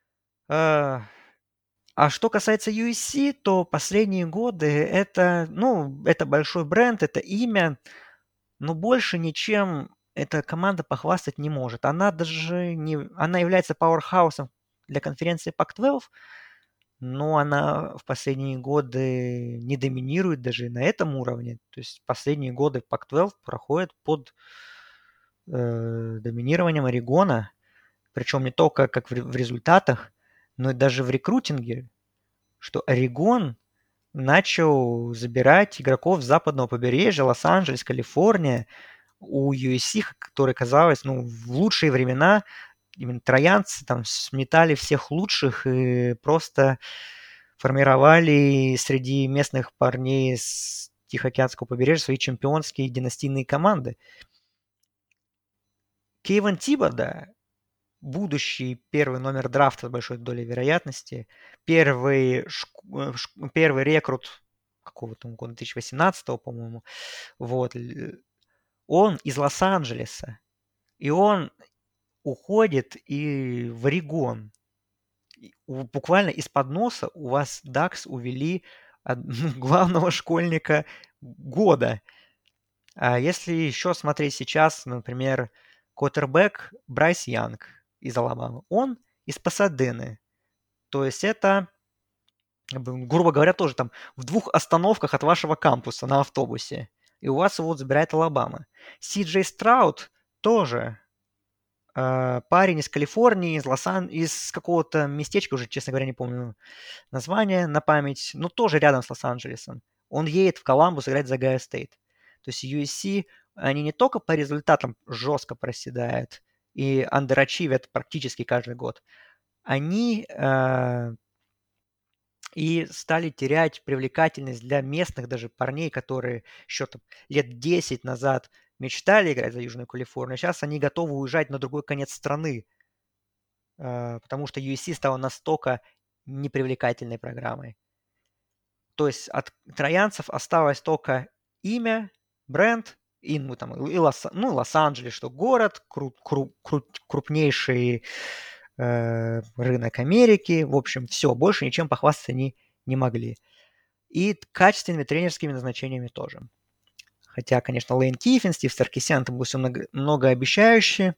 А что касается UFC, то последние годы это, ну, это большой бренд, это имя, но больше ничем эта команда похвастать не может. Она даже не... Она является пауэрхаусом для конференции Pac-12, но она в последние годы не доминирует даже на этом уровне. То есть последние годы Pac-12 проходят под доминированием Орегона, причем не только как в результатах, но и даже в рекрутинге, что Орегон начал забирать игроков с западного побережья, Лос-Анджелес, Калифорния, у USC, которые, казалось, ну, в лучшие времена именно троянцы там сметали всех лучших и просто формировали среди местных парней с Тихоокеанского побережья свои чемпионские династийные команды. Кейван Тибода, будущий первый номер драфта с большой долей вероятности, первый рекрут какого-то года 2018, по-моему, вот, он из Лос-Анджелеса, и он уходит и в Орегон. Буквально из-под носа у вас Дакс увели главного школьника года. А если еще смотреть сейчас, например, квотербек Брайс Янг из Алабамы, он из Пасадены. То есть это, грубо говоря, тоже там в 2 остановках от вашего кампуса на автобусе. И у вас его вот забирает Алабама. Си Джей Страут тоже парень из Калифорнии, из какого-то местечка, уже, честно говоря, не помню название на память, но тоже рядом с Лос-Анджелесом. Он едет в Коламбус играть за Ohio State. То есть USC, они не только по результатам жестко проседают и андерачивят практически каждый год, они и стали терять привлекательность для местных даже парней, которые еще там, лет 10 назад мечтали играть за Южную Калифорнию. Сейчас они готовы уезжать на другой конец страны, потому что USC стала настолько непривлекательной программой. То есть от троянцев осталось только имя, бренд и, ну, там, и Лос-Анджелес, что город, крупнейший рынок Америки. В общем, все, больше ничем похвастаться не могли. И качественными тренерскими назначениями тоже. Хотя, конечно, Лейн Киффин, Стив Саркисян, это было все многообещающе,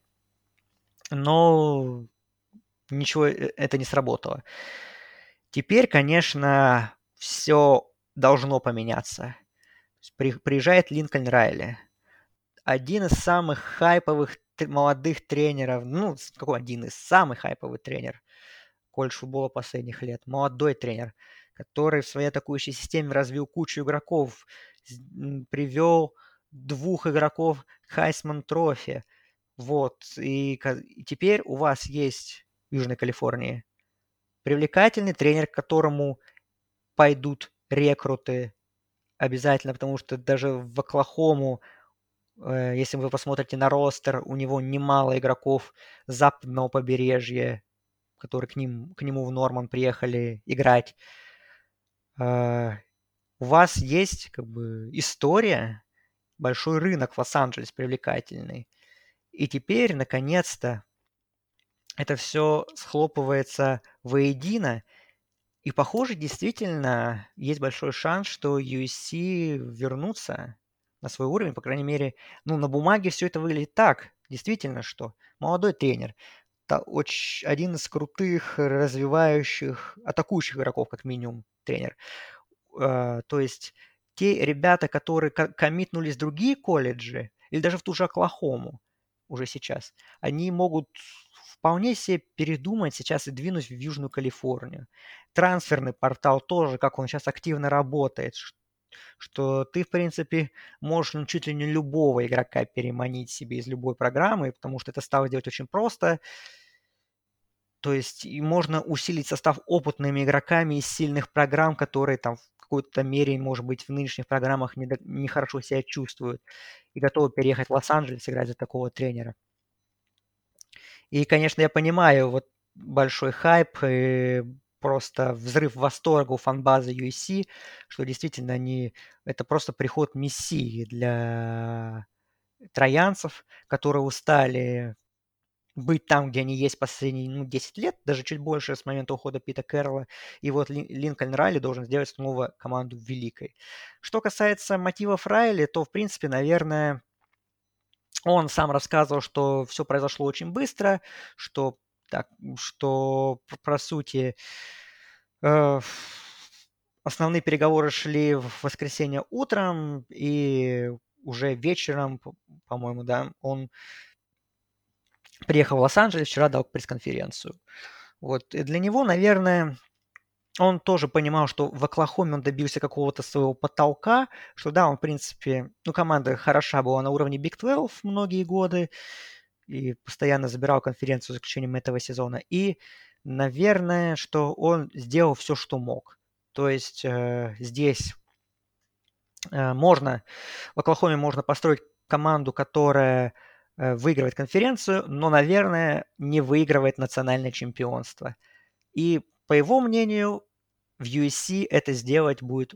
но ничего это не сработало. Теперь, конечно, все должно поменяться. Приезжает Линкольн Райли. Один из самых хайповых молодых тренеров, ну, какой один из самых хайповых тренеров колледж футбола последних лет. Молодой тренер, который в своей атакующей системе развил кучу игроков, привел 2 игроков к Хайсман Трофи. Вот, и теперь у вас есть в Южной Калифорнии привлекательный тренер, к которому пойдут рекруты обязательно, потому что даже в Оклахому, если вы посмотрите на ростер, у него немало игроков с западного побережья, которые к нему в Норман приехали играть. У вас есть как бы история, большой рынок в Лос-Анджелес привлекательный. И теперь, наконец-то, это все схлопывается воедино. И, похоже, действительно есть большой шанс, что USC вернутся на свой уровень. По крайней мере, ну, на бумаге все это выглядит так. Действительно, что молодой тренер, один из крутых, развивающих, атакующих игроков, как минимум, тренер. То есть те ребята, которые коммитнулись в другие колледжи, или даже в ту же Оклахому уже сейчас, они могут вполне себе передумать сейчас и двинуть в Южную Калифорнию. Трансферный портал тоже, как он сейчас активно работает, что ты, в принципе, можешь чуть ли не любого игрока переманить себе из любой программы, потому что это стало делать очень просто. То есть и можно усилить состав опытными игроками из сильных программ, которые там в какой-то мере, может быть, в нынешних программах нехорошо себя чувствуют и готовы переехать в Лос-Анджелес играть за такого тренера. И, конечно, я понимаю, вот большой хайп и просто взрыв восторга у фан-базы USC, что действительно это просто приход мессии для троянцев, которые устали быть там, где они есть последние 10 лет, даже чуть больше с момента ухода Пита Кэрролла. И вот Линкольн Райли должен сделать снова команду великой. Что касается мотивов Райли, то, в принципе, наверное, он сам рассказывал, что все произошло очень быстро, что, так, что по сути, э, основные переговоры шли в воскресенье утром, и уже вечером, по-моему, да, он приехал в Лос-Анджелес, вчера дал пресс-конференцию. Вот. И для него, наверное, он тоже понимал, что в Оклахоме он добился какого-то своего потолка, что да, он, в принципе, команда хороша была на уровне Big 12 многие годы и постоянно забирал конференцию за исключением этого сезона. И, наверное, что он сделал все, что мог. То есть здесь в Оклахоме можно построить команду, которая выигрывает конференцию, но, наверное, не выигрывает национальное чемпионство. И, по его мнению, в USC это сделать будет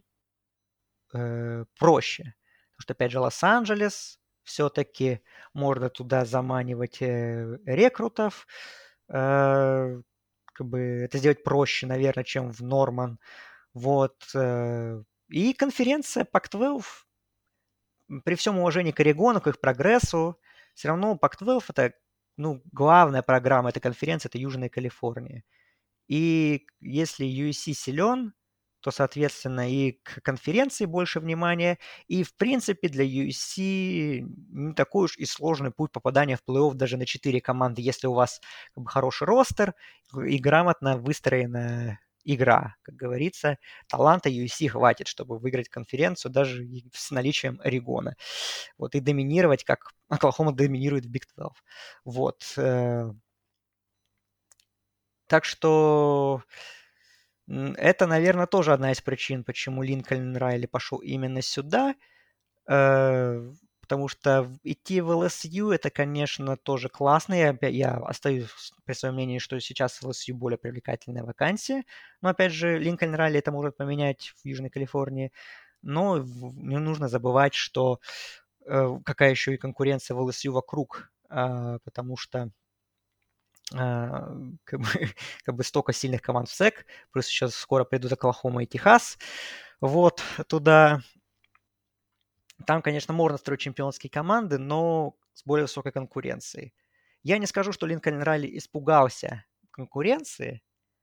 проще. Потому что, опять же, Лос-Анджелес, все-таки можно туда заманивать рекрутов. Как бы это сделать проще, наверное, чем в Норман. Вот. И конференция Pac-12, при всем уважении к Орегону, к их прогрессу, все равно Pac-12 это главная программа этой конференции, это Южная Калифорния. И если USC силен, то, соответственно, и к конференции больше внимания. И, в принципе, для USC не такой уж и сложный путь попадания в плей-офф даже на 4 команды, если у вас как бы хороший ростер и грамотно выстроена игра. Как говорится, таланта USC хватит, чтобы выиграть конференцию даже с наличием Орегона. Вот, и доминировать, как Оклахома доминирует в Big 12. Вот. Так что это, наверное, тоже одна из причин, почему Линкольн Райли пошел именно сюда. Потому что идти в ЛСЮ это, конечно, тоже классно. Я остаюсь при своем мнении, что сейчас ЛСЮ более привлекательная вакансия. Но, опять же, Линкольн Райли это может поменять в Южной Калифорнии. Но не нужно забывать, что какая еще и конкуренция в ЛСЮ вокруг. Потому что как бы, как бы столько сильных команд в СЭК, плюс сейчас скоро придут Оклахома и Техас, вот, туда. Там, конечно, можно строить чемпионские команды, но с более высокой конкуренцией. Я не скажу, что Линкольн Райли испугался конкуренции,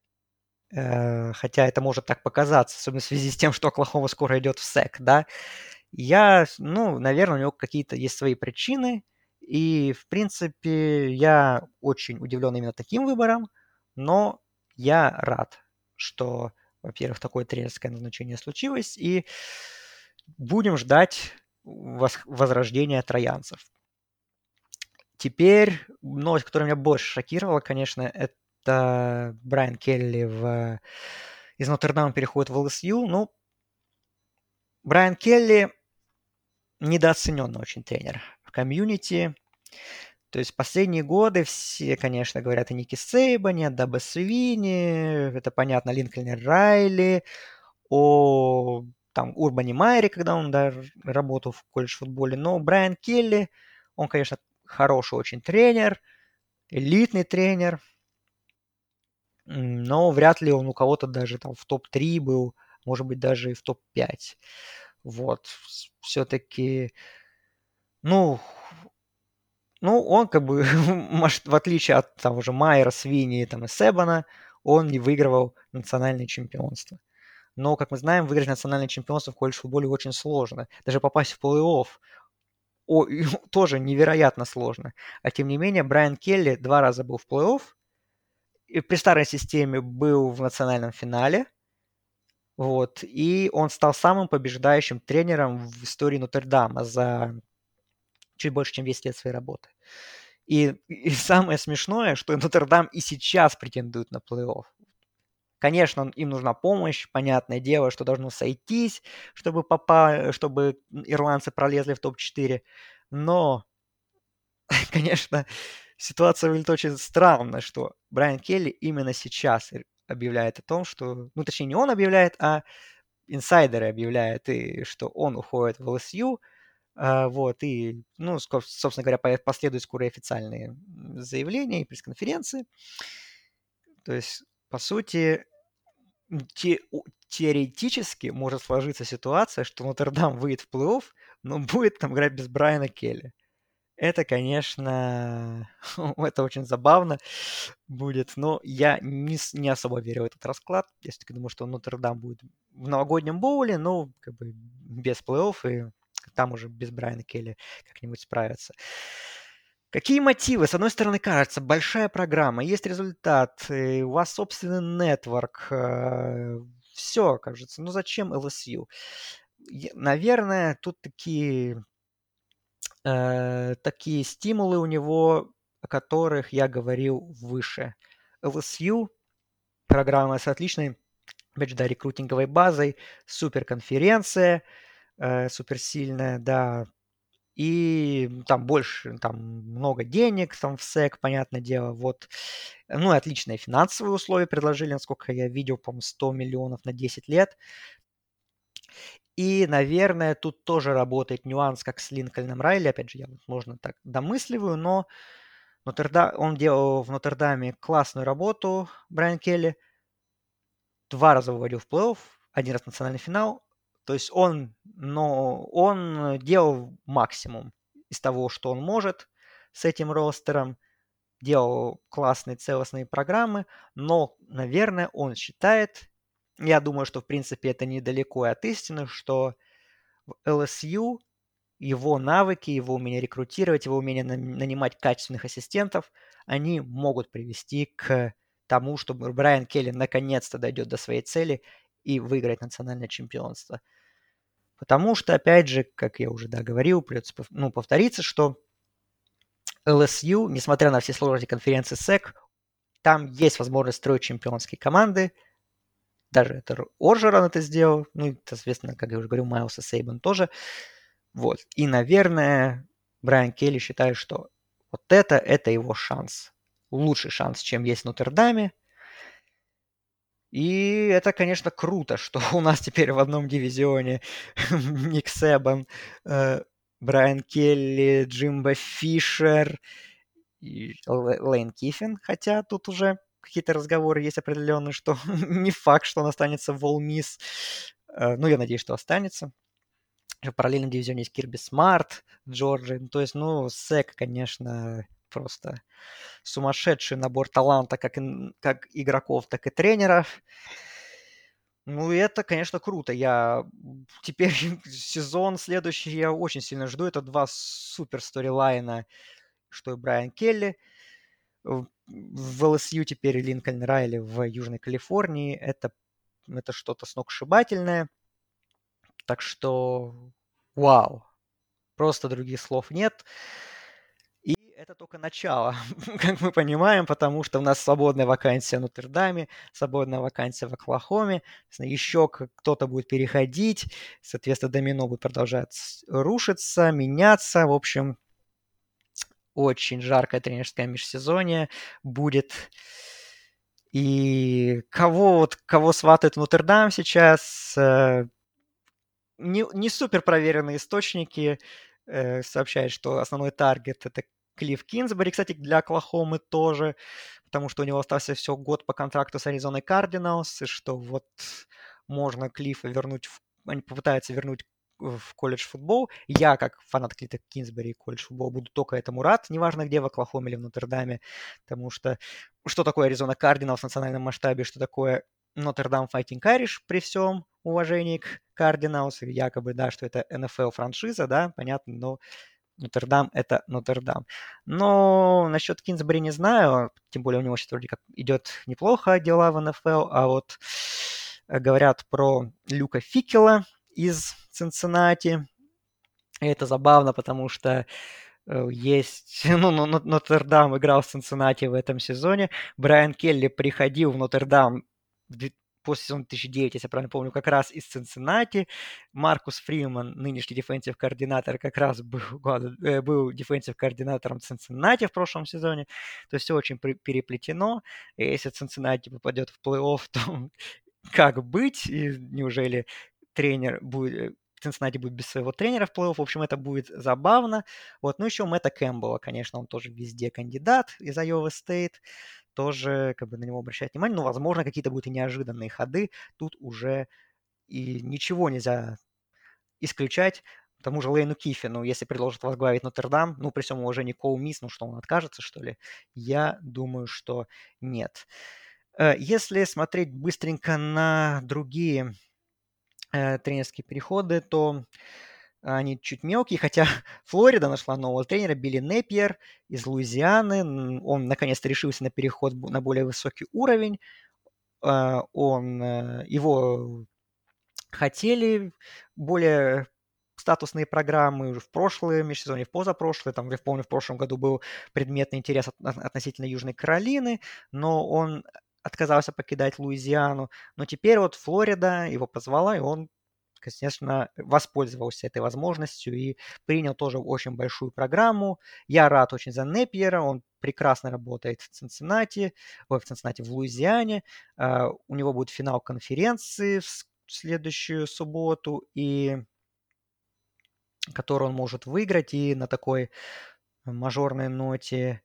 хотя это может так показаться, особенно в связи с тем, что Оклахома скоро идет в СЭК, да. Наверное, у него какие-то есть свои причины, и, в принципе, я очень удивлен именно таким выбором, но я рад, что, во-первых, такое тренерское назначение случилось, и будем ждать возрождения троянцев. Теперь новость, которая меня больше шокировала, конечно, это Брайан Келли из Нотр-Дама переходит в ЛСЮ. Ну, Брайан Келли недооцененный очень тренер в комьюнити. То есть последние годы все, конечно, говорят о Нике Сейбане, о Дабе Свини, это понятно, Линкольне Райли, о Урбане Майере, когда он работал в колледж-футболе. Но Брайан Келли, он, конечно, хороший очень тренер, элитный тренер, но вряд ли он у кого-то даже там в топ-3 был, может быть, даже и в топ-5. Вот. Все-таки, ну, он как бы, в отличие от того же Майера, Свини и Себана, он не выигрывал национальное чемпионство. Но, как мы знаем, выиграть национальное чемпионство в колледж-футболе очень сложно. Даже попасть в плей-офф тоже невероятно сложно. А тем не менее, Брайан Келли 2 раза был в плей-офф, и при старой системе был в национальном финале, вот, и он стал самым побеждающим тренером в истории Нотр-Дама за чуть больше, чем 10 лет своей работы. И самое смешное, что Нотр-Дам и сейчас претендует на плей-офф. Конечно, им нужна помощь, понятное дело, что должно сойтись, чтобы ирландцы пролезли в топ-4. Но, конечно, ситуация выглядит очень странно, что Брайан Келли именно сейчас объявляет о том, что... Ну, точнее, не он объявляет, а инсайдеры объявляют, и что он уходит в ЛСЮ. Вот, и, ну, собственно говоря, последуют скоро официальные заявления и пресс-конференции. То есть, по сути, теоретически может сложиться ситуация, что Нотр-Дам выйдет в плей-офф, но будет там играть без Брайана Келли. Это, конечно, это очень забавно будет, но я не особо верю в этот расклад. Я все-таки думаю, что Нотр-Дам будет в новогоднем боуле, но как бы без плей-офф, и там уже без Брайана Келли как-нибудь справятся. Какие мотивы? С одной стороны, кажется, большая программа, есть результат, у вас собственный нетворк, все, кажется. Ну зачем ЛСЮ? Наверное, тут такие стимулы у него, о которых я говорил выше. ЛСЮ, программа с отличной, опять же, да, рекрутинговой базой, суперконференция, суперсильная, да, и там больше, там много денег там в СЭК, понятное дело, вот. Ну и отличные финансовые условия предложили, насколько я видел, по-моему, 100 миллионов на 10 лет. И, наверное, тут тоже работает нюанс, как с Линкольном Райли. Опять же, я, возможно, так домысливаю, но он делал в Нотр-Даме классную работу, Брайан Келли. 2 раза выводил в плей-офф, 1 раз национальный финал. То есть он делал максимум из того, что он может с этим ростером. Делал классные целостные программы, но, наверное, он считает, я думаю, что, в принципе, это недалеко от истины, что в ЛСЮ его навыки, его умение рекрутировать, его умение нанимать качественных ассистентов, они могут привести к тому, чтобы Брайан Келли наконец-то дойдет до своей цели и выиграет национальное чемпионство. Потому что, опять же, как я уже говорил, придется повториться, что ЛСЮ, несмотря на все сложности конференции СЭК, там есть возможность строить чемпионские команды. Даже это Оржерон это сделал. Ну и, соответственно, как я уже говорил, Майлз и Сейбан тоже. Вот. И, наверное, Брайан Келли считает, что вот это его шанс. Лучший шанс, чем есть в Нотр-Даме. И это, конечно, круто, что у нас теперь в одном дивизионе Ник Себан, Брайан Келли, Джимбо Фишер и Лейн Киффин. Хотя тут уже какие-то разговоры есть определенные, что не факт, что он останется в Ole Miss. Ну, я надеюсь, что останется. В параллельном дивизионе есть Кирби Смарт, Джорджи. То есть, Сек, конечно, просто сумасшедший набор таланта как игроков, так и тренеров. Ну, и это, конечно, круто. Я теперь сезон следующий я очень сильно жду. Это 2 супер сторилайна, что и Брайан Келли в ЛСЮ теперь и Линкольн Райли в Южной Калифорнии. Это что-то сногсшибательное. Так что вау. Просто других слов нет. И это только начало, как мы понимаем, потому что у нас свободная вакансия в Нотр-Даме, свободная вакансия в Оклахоме, еще кто-то будет переходить, соответственно, домино будет продолжать рушиться, меняться. В общем, очень жаркое тренерское межсезонье будет. И кого сватает в Нотр-Дам сейчас, не супер проверенные источники сообщают, что основной таргет это Клифф Кинсбери. Кстати, для Оклахомы тоже, потому что у него остался всего год по контракту с Аризоной Кардиналс, и что вот можно Клиффа вернуть, они попытаются вернуть в колледж футбол. Я, как фанат Клиффа Кинсбери и колледж футбол, буду только этому рад, неважно где, в Оклахоме или в Нотр-Даме, потому что такое Аризона Кардиналс в национальном масштабе, что такое Нотр-Дам Fighting Irish при всем уважении к Кардиналс, якобы, да, что это НФЛ-франшиза, да, понятно, но Нотр-Дам – это Нотр-Дам. Но насчет Кинсбери не знаю, тем более у него сейчас вроде как идет неплохо дела в НФЛ, а вот говорят про Люка Фикела из Цинциннати. И это забавно, потому что есть... Нотр-Дам играл в Цинциннати в этом сезоне. Брайан Келли приходил в Нотр-Дам после сезона 2009, если я правильно помню, как раз из Цинциннати. Маркус Фриман, нынешний дефенсив координатор, как раз был дефенсив координатором Цинциннати в прошлом сезоне. То есть все очень переплетено. И если Цинциннати попадет в плей-офф, то как быть? И неужели тренер будет... Цинциннати будет без своего тренера в плей-офф. В общем, это будет забавно. Вот. Ну, еще Мэтта Кэмпбелла, конечно, он тоже везде кандидат из Айовы Стейт. Тоже как бы на него обращать внимание. Но, возможно, какие-то будут и неожиданные ходы. Тут уже и ничего нельзя исключать. К тому же Лейну Киффину, если предложат возглавить Нотр-Дам, ну, при всем уважении к Коу Мисс, ну что, он откажется, что ли? Я думаю, что нет. Если смотреть быстренько на другие тренерские переходы, то они чуть мелкие, хотя Флорида нашла нового тренера Билли Непьер из Луизианы. Он наконец-то решился на переход на более высокий уровень. Его хотели более статусные программы уже в прошлое межсезонье, в позапрошлое. Там, я помню, в прошлом году был предметный интерес относительно Южной Каролины, но он отказался покидать Луизиану. Но теперь вот Флорида его позвала, и он, конечно, воспользовался этой возможностью и принял тоже очень большую программу. Я рад очень за Непьера, он прекрасно работает в Цинциннати, в Луизиане. У него будет финал конференции в следующую субботу, и который он может выиграть, и на такой мажорной ноте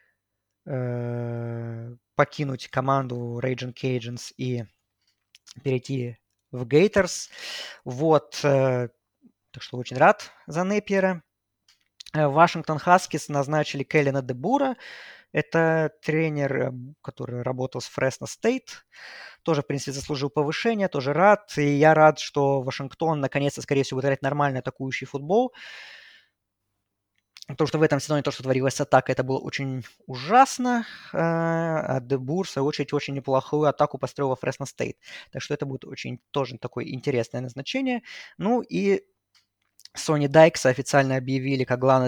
покинуть команду Raging Cajuns и перейти в Gators. Вот, так что очень рад за Непьера. Вашингтон Хаскис назначили Келлина Дебура. Это тренер, который работал с Фресно Стейт. Тоже, в принципе, заслужил повышения, тоже рад. И я рад, что Вашингтон наконец-то, скорее всего, будет играть нормальный атакующий футбол. Потому что в этом сезоне то, что творилось с атакой, это было очень ужасно. А Дебур, в свою очередь, очень неплохую атаку построил во Фресно Стейт. Так что это будет очень тоже такое интересное назначение. Ну и Сони Дайкса официально объявили как главным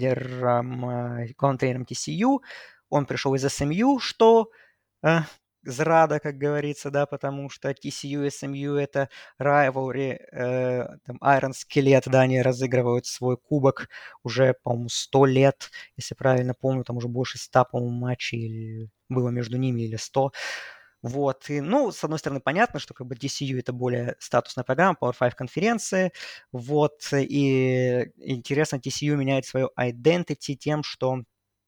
тренером TCU. Он пришел из SMU, что зрада, как говорится, да, потому что TCU и SMU это rivalry, там Iron Skillet, да, они разыгрывают свой кубок уже, по-моему, 100 лет, если правильно помню, там уже больше 100, по-моему, матчей было между ними или 100. Вот, и, ну, с одной стороны, понятно, что как бы DCU это более статусная программа, Power 5 конференции, вот, и интересно, TCU меняет свою identity тем, что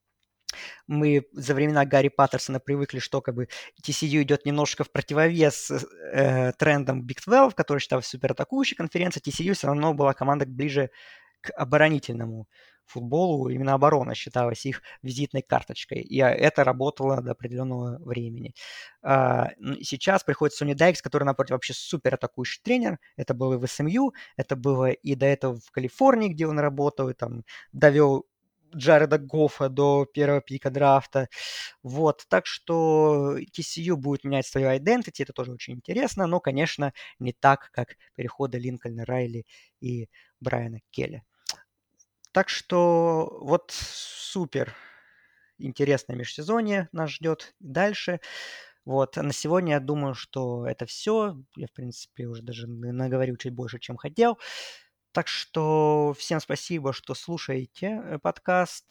мы за времена Гарри Паттерсона привыкли, что как бы TCU идет немножко в противовес трендам Big 12, который считался суператакующей конференцией, TCU все равно была команда ближе к оборонительному футболу, именно оборона считалась их визитной карточкой, и это работало до определенного времени. Сейчас приходит Сони Дайкс, который, напротив, вообще супер атакующий тренер. Это было и в СМЮ, это было и до этого в Калифорнии, где он работал, и там довел Джареда Гоффа до первого пика драфта. Вот, так что TCU будет менять свою identity, это тоже очень интересно, но, конечно, не так, как переходы Линкольна Райли и Брайана Келли. Так что вот супер интересное межсезонье нас ждет дальше. Вот, на сегодня я думаю, что это все. Я, в принципе, уже даже наговорил чуть больше, чем хотел. Так что всем спасибо, что слушаете подкаст.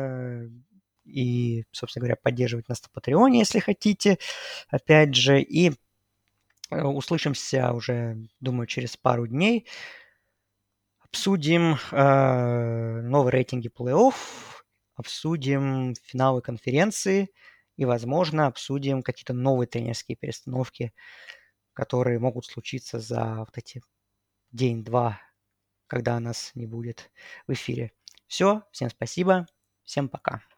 И, собственно говоря, поддерживать нас на Патреоне, если хотите. Опять же, и услышимся уже, думаю, через пару дней. Обсудим новые рейтинги плей-офф, обсудим финалы конференции и, возможно, обсудим какие-то новые тренерские перестановки, которые могут случиться за вот эти день-два, когда нас не будет в эфире. Все, всем спасибо, всем пока.